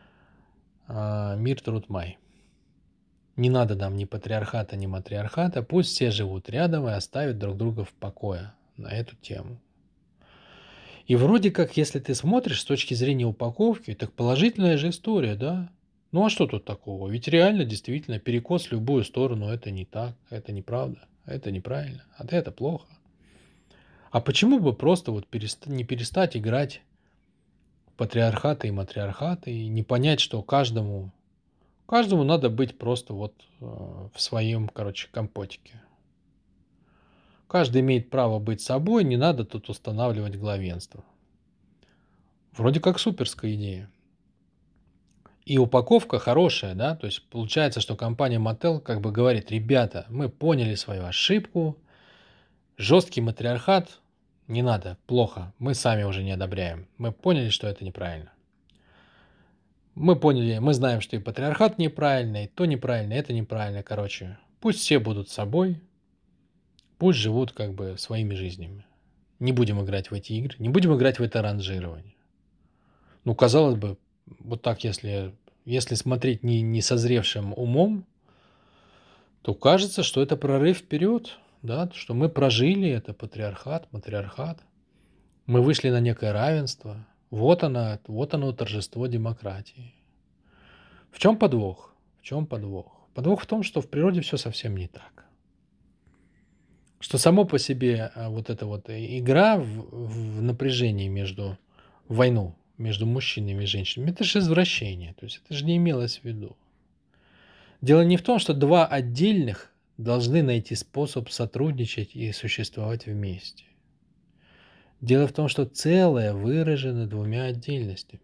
A: мир, труд, май. Не надо нам ни патриархата, ни матриархата, пусть все живут рядом и оставят друг друга в покое на эту тему. И вроде как, если ты смотришь с точки зрения упаковки, так положительная же история, да? Ну а что тут такого? Ведь реально, действительно, перекос в любую сторону — это не так, это неправда, это неправильно, а это плохо. А почему бы просто вот не перестать играть в патриархаты и матриархаты и не понять, что каждому надо быть просто вот в своем, короче, компотике. Каждый имеет право быть собой, не надо тут устанавливать главенство. Вроде как суперская идея. И упаковка хорошая, да, то есть получается, что компания Mattel как бы говорит: ребята, мы поняли свою ошибку, жесткий матриархат не надо, плохо, мы сами уже не одобряем, мы поняли, что это неправильно. Мы поняли, мы знаем, что и патриархат неправильный, и то неправильно, это неправильно, короче. Пусть все будут собой, пусть живут как бы своими жизнями. Не будем играть в эти игры, не будем играть в это ранжирование. Ну, казалось бы, вот так, если смотреть не созревшим умом, то кажется, что это прорыв вперед, да, что мы прожили это патриархат, матриархат, мы вышли на некое равенство. Вот оно торжество демократии. В чем подвох? В чем подвох? Подвох в том, что в природе все совсем не так. Что само по себе вот эта вот игра в напряжении в войну между мужчинами и женщинами, это же извращение, то есть это же не имелось в виду. Дело не в том, что два отдельных должны найти способ сотрудничать и существовать вместе. Дело в том, что целое выражено двумя отдельностями.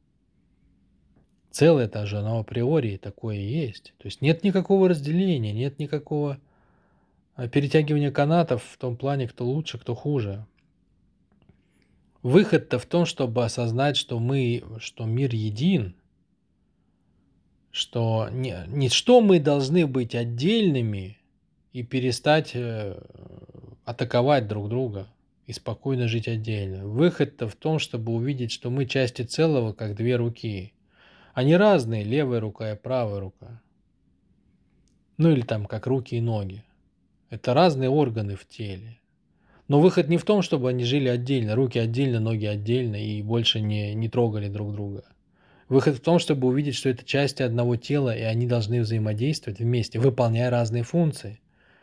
A: Целое-то же оно априори такое и есть. То есть нет никакого разделения, нет никакого перетягивания канатов в том плане, кто лучше, кто хуже. Выход-то в том, чтобы осознать, что мир един, что не что мы должны быть отдельными и перестать атаковать друг друга и спокойно жить отдельно. Выход-то в том, чтобы увидеть, что мы части целого, как две руки. Они разные, левая рука и правая рука. Ну или там как руки и ноги. Это разные органы в теле. Но выход не в том, чтобы они жили отдельно, руки отдельно, ноги отдельно и больше не трогали друг друга. Выход в том, чтобы увидеть, что это части одного тела, и они должны взаимодействовать вместе, выполняя разные функции.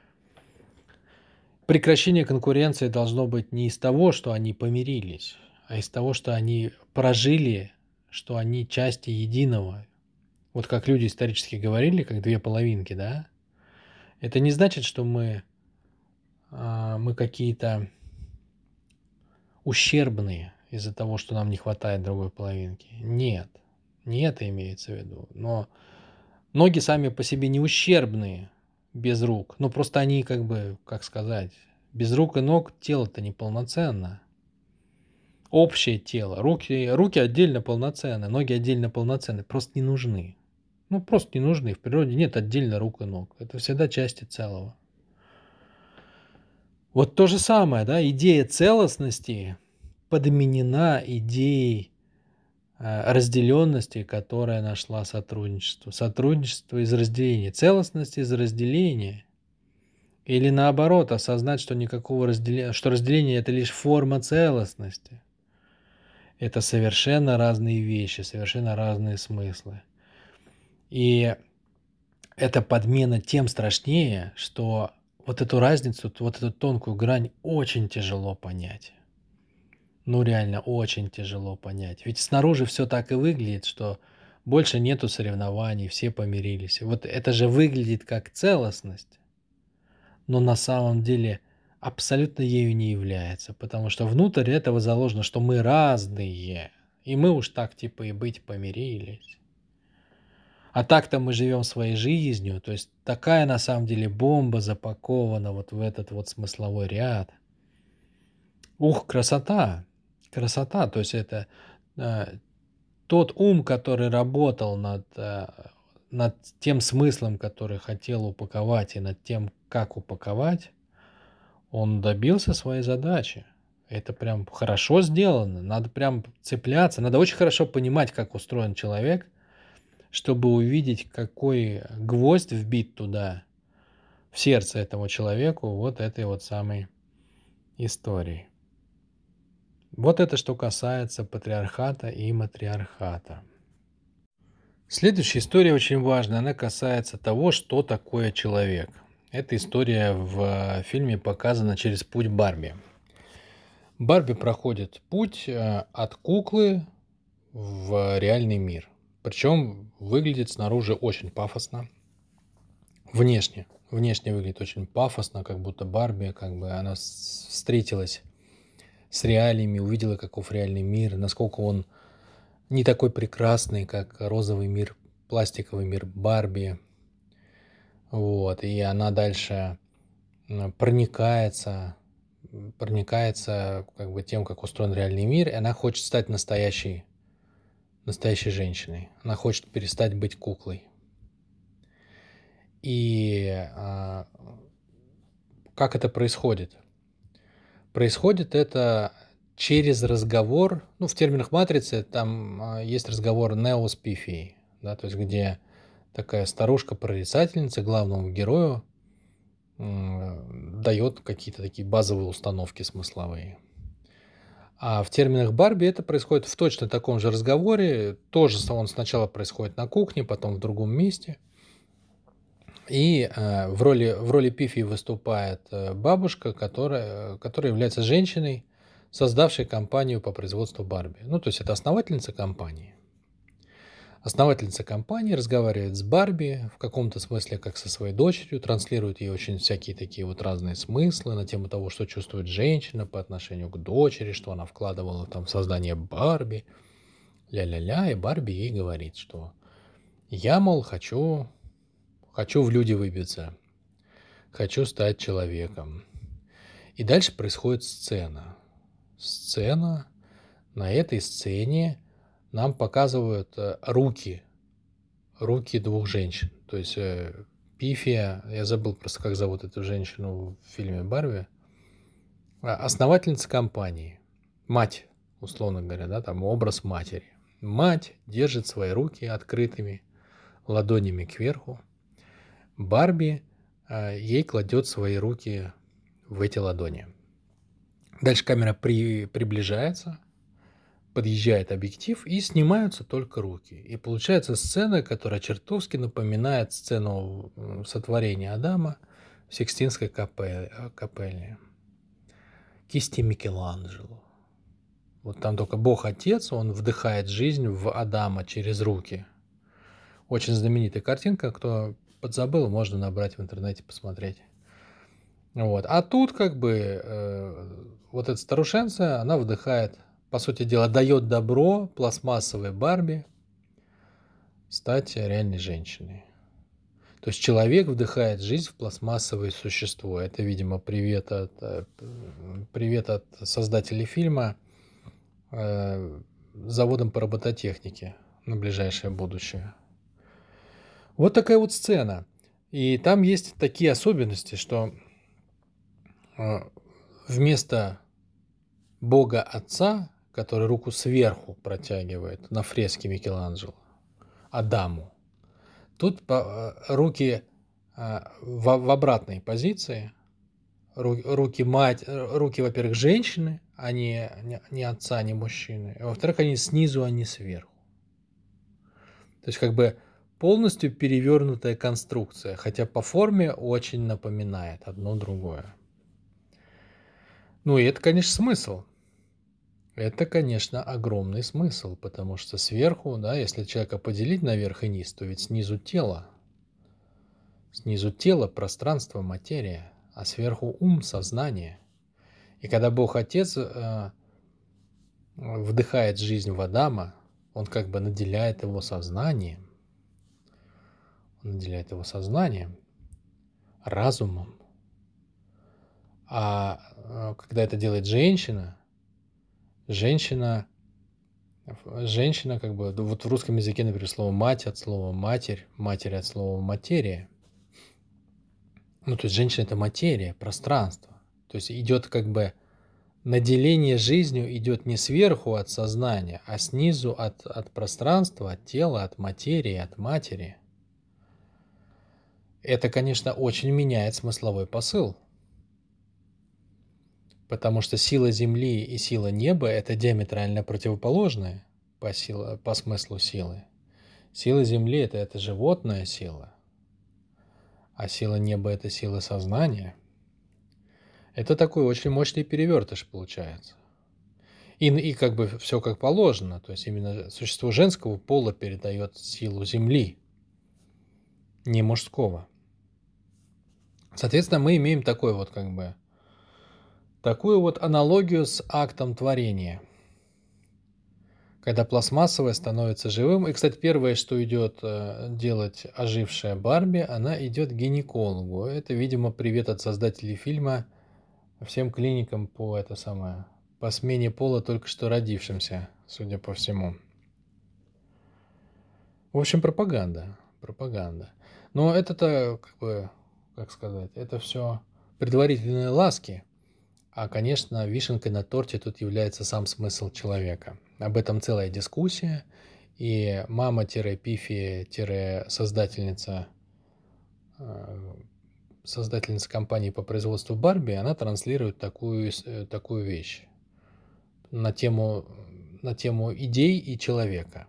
A: Прекращение конкуренции должно быть не из того, что они помирились, а из того, что они прожили, что они части единого. Вот как люди исторически говорили, как две половинки, да? Это не значит, что мы какие-то ущербные из-за того, что нам не хватает другой половинки. Нет, не это имеется в виду. Но ноги сами по себе не ущербные без рук. Но просто они как бы, как сказать, без рук и ног тело-то неполноценно. Общее тело. Руки отдельно полноценны, ноги отдельно полноценны. Просто не нужны. Ну, просто не нужны. В природе нет отдельно рук и ног. Это всегда части целого. Вот то же самое, да, идея целостности подменена идеей разделенности, которая нашла сотрудничество. Сотрудничество из разделения. Целостность из разделения. Или наоборот, осознать, что никакого разделения, что разделение — это лишь форма целостности. Это совершенно разные вещи, совершенно разные смыслы. И эта подмена тем страшнее, что вот эту разницу, вот эту тонкую грань очень тяжело понять. Ну, реально, очень тяжело понять. Ведь снаружи все так и выглядит, что больше нету соревнований, все помирились. Вот это же выглядит как целостность, но на самом деле абсолютно ею не является, потому что внутрь этого заложено, что мы разные. И мы уж так, типа, и быть помирились. А так-то мы живем своей жизнью. То есть такая на самом деле бомба запакована вот в этот вот смысловой ряд. Ух, красота! Красота! То есть это э, тот ум, который работал над тем смыслом, который хотел упаковать, и над тем, как упаковать, он добился своей задачи. Это прям хорошо сделано. Надо прям цепляться. Надо очень хорошо понимать, как устроен человек, чтобы увидеть, какой гвоздь вбит туда, в сердце этому человеку, вот этой вот самой истории. Вот это что касается патриархата и матриархата. Следующая история очень важная. Она касается того, что такое человек. Эта история в фильме показана через путь Барби. Барби проходит путь от куклы в реальный мир. Причем выглядит снаружи очень пафосно. Внешне выглядит очень пафосно, как будто Барби, как бы она встретилась с реалиями, увидела, каков реальный мир, насколько он не такой прекрасный, как розовый мир, пластиковый мир Барби. Вот, и она дальше проникается как бы тем, как устроен реальный мир, и она хочет стать настоящей женщиной. Она хочет перестать быть куклой. И как это происходит? Происходит это через разговор, ну, в терминах матрицы там есть разговор Нео с Пифией, да, то есть где такая старушка-прорицательница главному герою дает какие-то такие базовые установки смысловые. А в терминах Барби это происходит в точно таком же разговоре. Тоже он сначала происходит на кухне, потом в другом месте. И в роли Пифи выступает бабушка, которая является женщиной, создавшей компанию по производству Барби. Ну, то есть это основательница компании. Основательница компании разговаривает с Барби в каком-то смысле как со своей дочерью, транслирует ей очень всякие такие вот разные смыслы на тему того, что чувствует женщина по отношению к дочери, что она вкладывала там в создание Барби, ля-ля-ля, и Барби ей говорит, что я, мол, хочу в люди выбиться, хочу стать человеком. И дальше происходит сцена. На этой сцене нам показывают руки двух женщин. То есть Пифия, я забыл просто, как зовут эту женщину в фильме «Барби», основательница компании, мать, условно говоря, да, там образ матери. Мать держит свои руки открытыми, ладонями кверху. Барби ей кладет свои руки в эти ладони. Дальше камера приближается, подъезжает объектив, и снимаются только руки. И получается сцена, которая чертовски напоминает сцену сотворения Адама в Сикстинской капелле. Кисти Микеланджело. Вот там только Бог-Отец, он вдыхает жизнь в Адама через руки. Очень знаменитая картинка, кто подзабыл, можно набрать в интернете, посмотреть. Вот. А тут как бы вот эта старушенция, она вдыхает, по сути дела, дает добро пластмассовой Барби стать реальной женщиной. То есть человек вдыхает жизнь в пластмассовое существо. Это, видимо, привет от создателей фильма заводом по робототехнике на ближайшее будущее. Вот такая вот сцена. И там есть такие особенности, что вместо Бога Отца, который руку сверху протягивает на фреске Микеланджело, Адаму, тут руки в обратной позиции. Руки, во-первых, женщины, а не отца, не мужчины. А во-вторых, они снизу, а не сверху. То есть как бы полностью перевернутая конструкция, хотя по форме очень напоминает одно другое. Ну и это, конечно, смысл. Это, конечно, огромный смысл, потому что сверху, да, если человека поделить на верх и низ, то ведь снизу тело. Снизу тело, пространство, материя, а сверху ум, сознание. И когда Бог Отец вдыхает жизнь в Адама, он как бы наделяет его сознанием, разумом. Когда это делает женщина, женщина как бы, вот в русском языке, например, слово «мать» от слова «матерь», «матерь» от слова «материя». Ну, то есть женщина — это материя, пространство. То есть идет как бы наделение жизнью идет не сверху от сознания, а снизу от пространства, от тела, от материи, от матери. Это, конечно, очень меняет смысловой посыл. Потому что сила Земли и сила неба — это диаметрально противоположные по смыслу силы. Сила Земли — это животная сила, а сила неба — это сила сознания. Это такой очень мощный перевертыш получается. И как бы все как положено, то есть именно существо женского пола передает силу Земли, не мужского. Соответственно, мы имеем такую вот аналогию с актом творения, когда пластмассовое становится живым. И, кстати, первое, что идет делать ожившая Барби, она идет к гинекологу. Это, видимо, привет от создателей фильма всем клиникам по смене пола только что родившимся, судя по всему. В общем, пропаганда. Но это-то, это все предварительные ласки. А, конечно, вишенкой на торте тут является сам смысл человека. Об этом целая дискуссия. И мама-пифи-создательница компании по производству Барби, она транслирует такую вещь на тему идей и человека.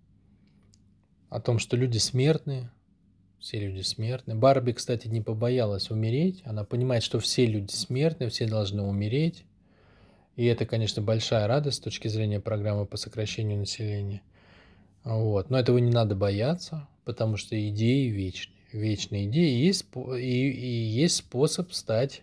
A: О том, что люди смертны, все люди смертны. Барби, кстати, не побоялась умереть. Она понимает, что все люди смертны, все должны умереть. И это, конечно, большая радость с точки зрения программы по сокращению населения. Вот. Но этого не надо бояться, потому что идеи вечны. Вечные идеи. И есть способ стать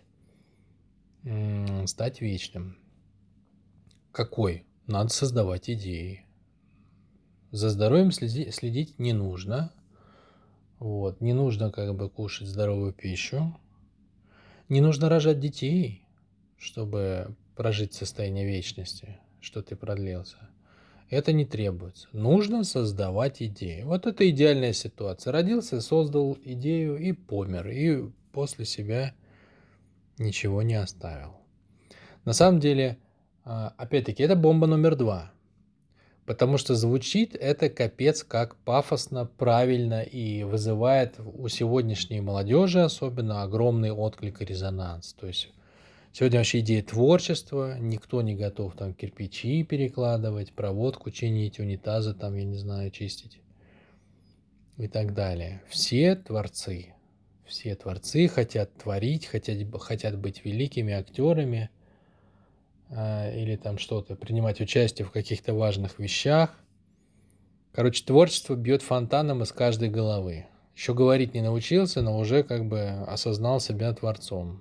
A: вечным. Какой? Надо создавать идеи. За здоровьем следить не нужно. Вот. Не нужно кушать здоровую пищу. Не нужно рожать детей, чтобы прожить состояние вечности, что ты продлился. Это не требуется. Нужно создавать идеи. Вот это идеальная ситуация. Родился, создал идею и помер. И после себя ничего не оставил. На самом деле, опять-таки, это бомба номер 2. Потому что звучит это капец как пафосно, правильно и вызывает у сегодняшней молодежи особенно огромный отклик и резонанс. То есть сегодня вообще идея творчества, никто не готов там кирпичи перекладывать, проводку чинить, унитазы там, я не знаю, чистить и так далее. Все творцы хотят творить, хотят быть великими актерами, или там что-то, принимать участие в каких-то важных вещах. Короче, творчество бьет фонтаном из каждой головы. Еще говорить не научился, но уже осознал себя творцом.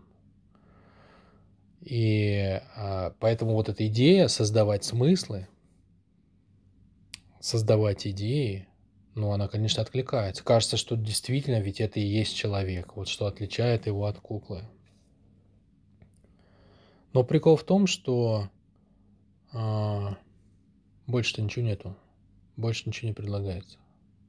A: И поэтому вот эта идея создавать смыслы, создавать идеи, она, конечно, откликается. Кажется, что действительно ведь это и есть человек. Вот что отличает его от куклы. Но прикол в том, что больше-то ничего нету. Больше ничего не предлагается.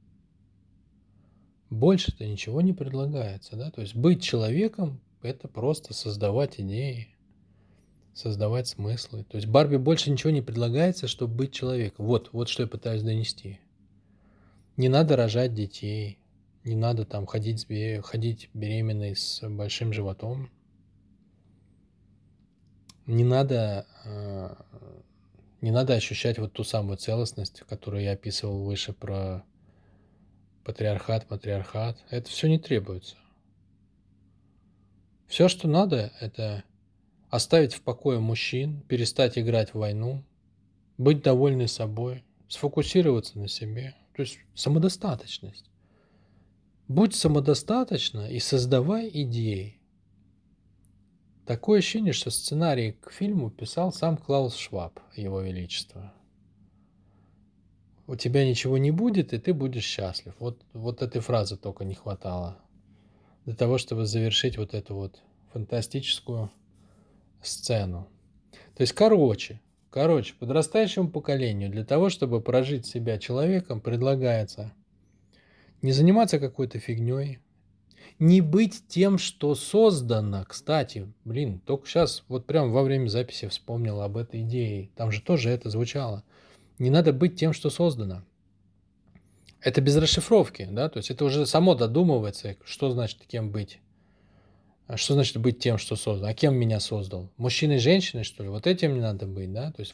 A: Больше-то ничего не предлагается, да? То есть быть человеком — это просто создавать идеи, создавать смыслы. То есть Барби больше ничего не предлагается, чтобы быть человеком. Вот что я пытаюсь донести. Не надо рожать детей, не надо там ходить беременной с большим животом. Не надо ощущать вот ту самую целостность, которую я описывал выше про патриархат, матриархат. Это все не требуется. Все, что надо, это оставить в покое мужчин, перестать играть в войну, быть довольны собой, сфокусироваться на себе. То есть самодостаточность. Будь самодостаточна и создавай идеи. Такое ощущение, что сценарий к фильму писал сам Клаус Шваб, Его Величество. У тебя ничего не будет, и ты будешь счастлив. Вот этой фразы только не хватало для того, чтобы завершить вот эту вот фантастическую сцену. То есть, короче, подрастающему поколению для того, чтобы прожить себя человеком, предлагается не заниматься какой-то фигней, не быть тем, что создано. Кстати, блин, только сейчас, вот прям во время записи вспомнил об этой идее. Там же тоже это звучало. Не надо быть тем, что создано. Это без расшифровки, да, то есть это уже само додумывается, что значит кем быть. Что значит быть тем, что создано? А кем меня создал? Мужчиной, женщиной, что ли? Вот этим не надо быть, да? То есть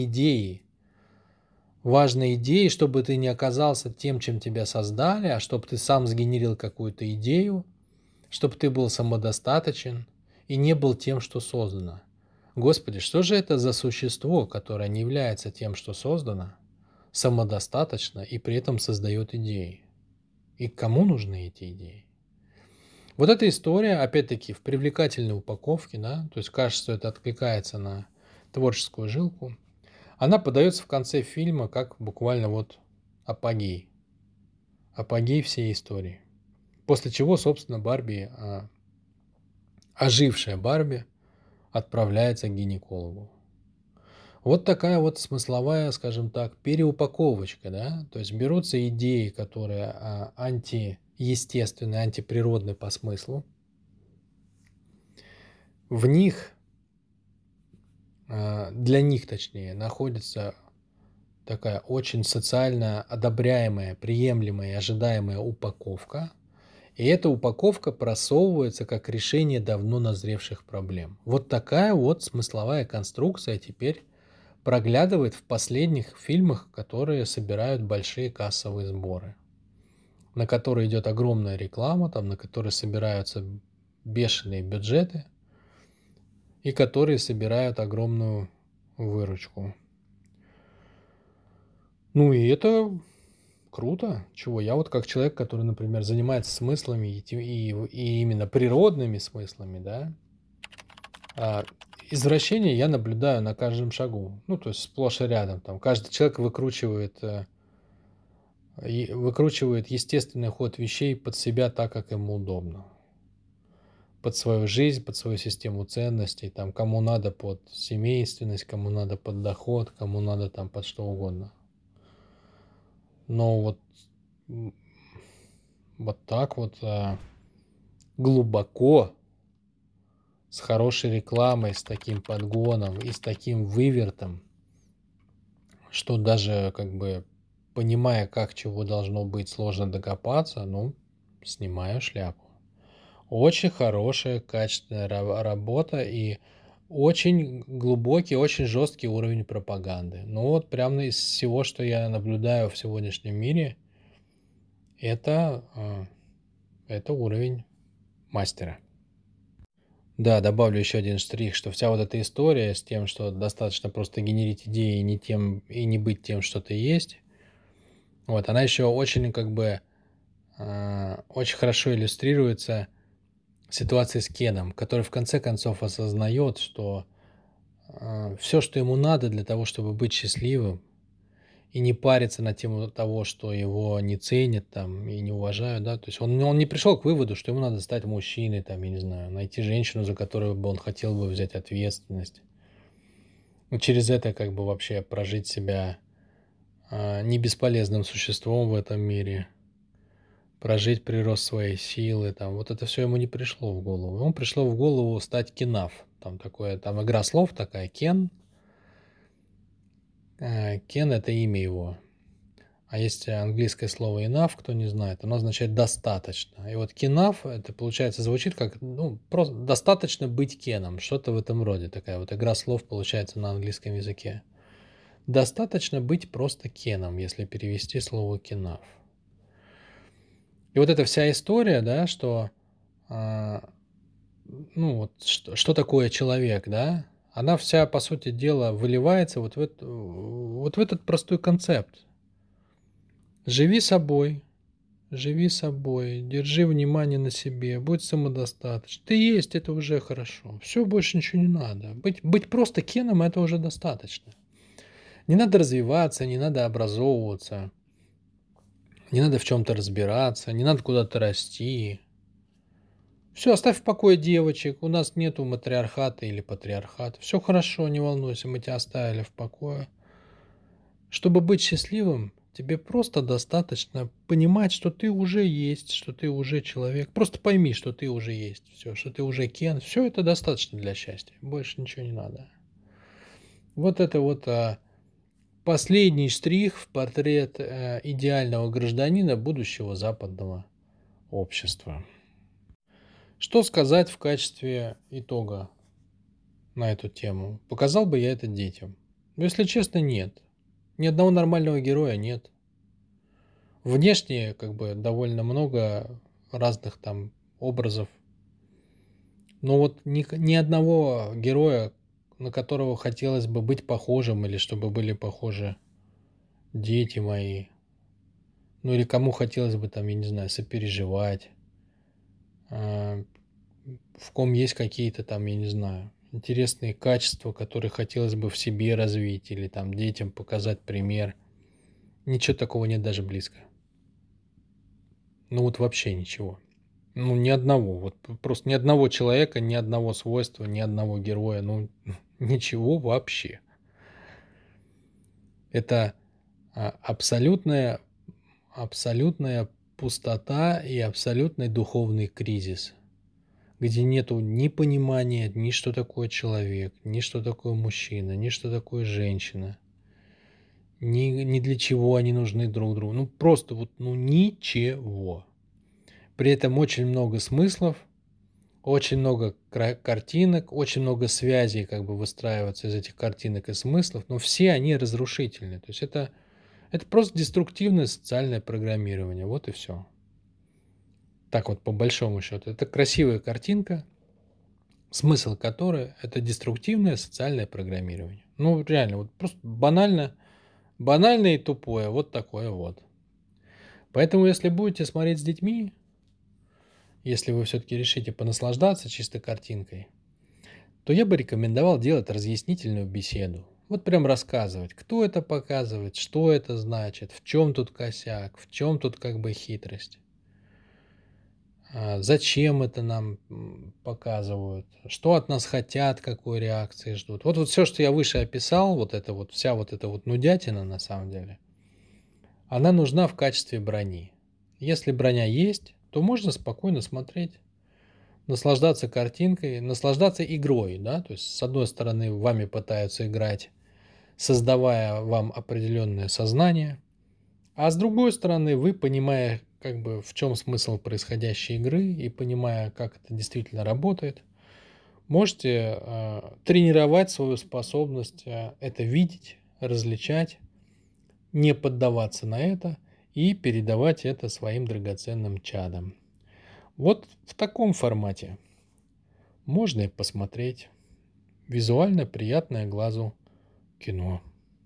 A: важные идеи, чтобы ты не оказался тем, чем тебя создали, а чтобы ты сам сгенерил какую-то идею, чтобы ты был самодостаточен и не был тем, что создано. Господи, что же это за существо, которое не является тем, что создано, самодостаточно и при этом создает идеи? И кому нужны эти идеи? Вот эта история, опять-таки, в привлекательной упаковке, да, то есть кажется, что это откликается на творческую жилку, она подается в конце фильма как буквально вот апогей. Апогей всей истории. После чего, собственно, Барби, ожившая Барби, отправляется к гинекологу. Вот такая вот смысловая, скажем так, переупаковочка, да, то есть берутся идеи, которые антиестественные, антиприродные по смыслу, в них, для них точнее, находится такая очень социально одобряемая, приемлемая и ожидаемая упаковка, и эта упаковка просовывается как решение давно назревших проблем. Вот такая вот смысловая конструкция теперь проглядывает в последних фильмах, которые собирают большие кассовые сборы, на которые идет огромная реклама, там, на которые собираются бешеные бюджеты и которые собирают огромную выручку. Ну и это круто. Чего? Я вот как человек, который, например, занимается смыслами и именно природными смыслами, да, извращения я наблюдаю на каждом шагу. Ну, то есть сплошь и рядом. Там каждый человек выкручивает естественный ход вещей под себя так, как ему удобно. Под свою жизнь, под свою систему ценностей. Там, кому надо под семейственность, кому надо под доход, кому надо там под что угодно. Но вот так вот глубоко, с хорошей рекламой, с таким подгоном и с таким вывертом, что даже как бы понимая, как чего должно быть, сложно докопаться, ну, снимаю шляпу. Очень хорошая, качественная работа и очень глубокий, очень жесткий уровень пропаганды. Ну вот прямо из всего, что я наблюдаю в сегодняшнем мире, это уровень мастера. Да, добавлю еще один штрих, что вся вот эта история с тем, что достаточно просто генерить идеи и не быть тем, что ты есть, вот, она еще очень как бы очень хорошо иллюстрируется ситуацией с Кеном, который в конце концов осознает, что все, что ему надо для того, чтобы быть счастливым, и не париться на тему того, что его не ценят там и не уважают, да. То есть он не пришел к выводу, что ему надо стать мужчиной, там, я не знаю, найти женщину, за которую бы он хотел бы взять ответственность. Ну, через это как бы вообще прожить себя не бесполезным существом в этом мире, прожить прирост своей силы, там, вот это все ему не пришло в голову. Ему пришло в голову стать Кенаф. Там такое, там игра слов такая, Кен. Кен — это имя его. А есть английское слово enough, кто не знает, оно означает достаточно. И вот enough, это получается звучит как, ну, просто достаточно быть Кеном, что-то в этом роде, такая вот игра слов получается на английском языке. Достаточно быть просто Кеном, если перевести слово enough. И вот эта вся история, да, что, ну вот, что такое человек, да, она вся, по сути дела, выливается вот в этот простой концепт. Живи собой, живи собой, держи внимание на себе, будь самодостаточен. Ты есть, это уже хорошо. Все, больше ничего не надо. Быть просто Кеном — это уже достаточно. Не надо развиваться, не надо образовываться, не надо в чем-то разбираться, не надо куда-то расти. Все, оставь в покое девочек. У нас нету матриархата или патриархата. Все хорошо, не волнуйся, мы тебя оставили в покое. Чтобы быть счастливым, тебе просто достаточно понимать, что ты уже есть, что ты уже человек. Просто пойми, что ты уже есть. Все, что ты уже Кен. Все это достаточно для счастья. Больше ничего не надо. Вот это вот последний штрих в портрет идеального гражданина будущего западного общества. Что сказать в качестве итога на эту тему? Показал бы я это детям? Ну, если честно, нет. Ни одного нормального героя нет. Внешне, как бы, довольно много разных там образов. Но вот ни одного героя, на которого хотелось бы быть похожим, или чтобы были похожи дети мои. Ну или кому хотелось бы там, я не знаю, сопереживать. а, В ком есть какие-то там, я не знаю, интересные качества, которые хотелось бы в себе развить, или там детям показать пример. Ничего такого нет даже близко. Ну вот вообще ничего. Ну, ни одного. Вот просто ни одного человека, ни одного свойства, ни одного героя. Ну, ничего вообще. Это абсолютная пустота и абсолютный духовный кризис, где нету ни понимания, ни что такое человек, ни что такое мужчина, ни что такое женщина, ни для чего они нужны друг другу. Ну, просто вот, ну, ничего. При этом очень много смыслов, очень много картинок, очень много связей как бы выстраивается из этих картинок и смыслов, но все они разрушительны. То есть это просто деструктивное социальное программирование. Вот и все. Так вот, по большому счету. Это красивая картинка, смысл которой — это деструктивное социальное программирование. Ну, реально, вот просто банально и тупое. Вот такое вот. Поэтому, если будете смотреть с детьми, если вы все-таки решите понаслаждаться чисто картинкой, то я бы рекомендовал делать разъяснительную беседу. Вот прям рассказывать, кто это показывает, что это значит, в чем тут косяк, в чем тут как бы хитрость, зачем это нам показывают, что от нас хотят, какой реакции ждут. Вот все, что я выше описал, вот это вот вся вот эта вот нудятина на самом деле, она нужна в качестве брони. Если броня есть, то можно спокойно смотреть, наслаждаться картинкой, наслаждаться игрой, да, то есть с одной стороны вами пытаются играть, создавая вам определенное сознание, а с другой стороны вы, понимая, как бы в чем смысл происходящей игры и понимая, как это действительно работает, можете тренировать свою способность это видеть, различать, не поддаваться на это и передавать это своим драгоценным чадам. Вот в таком формате можно и посмотреть визуально приятное глазу кино.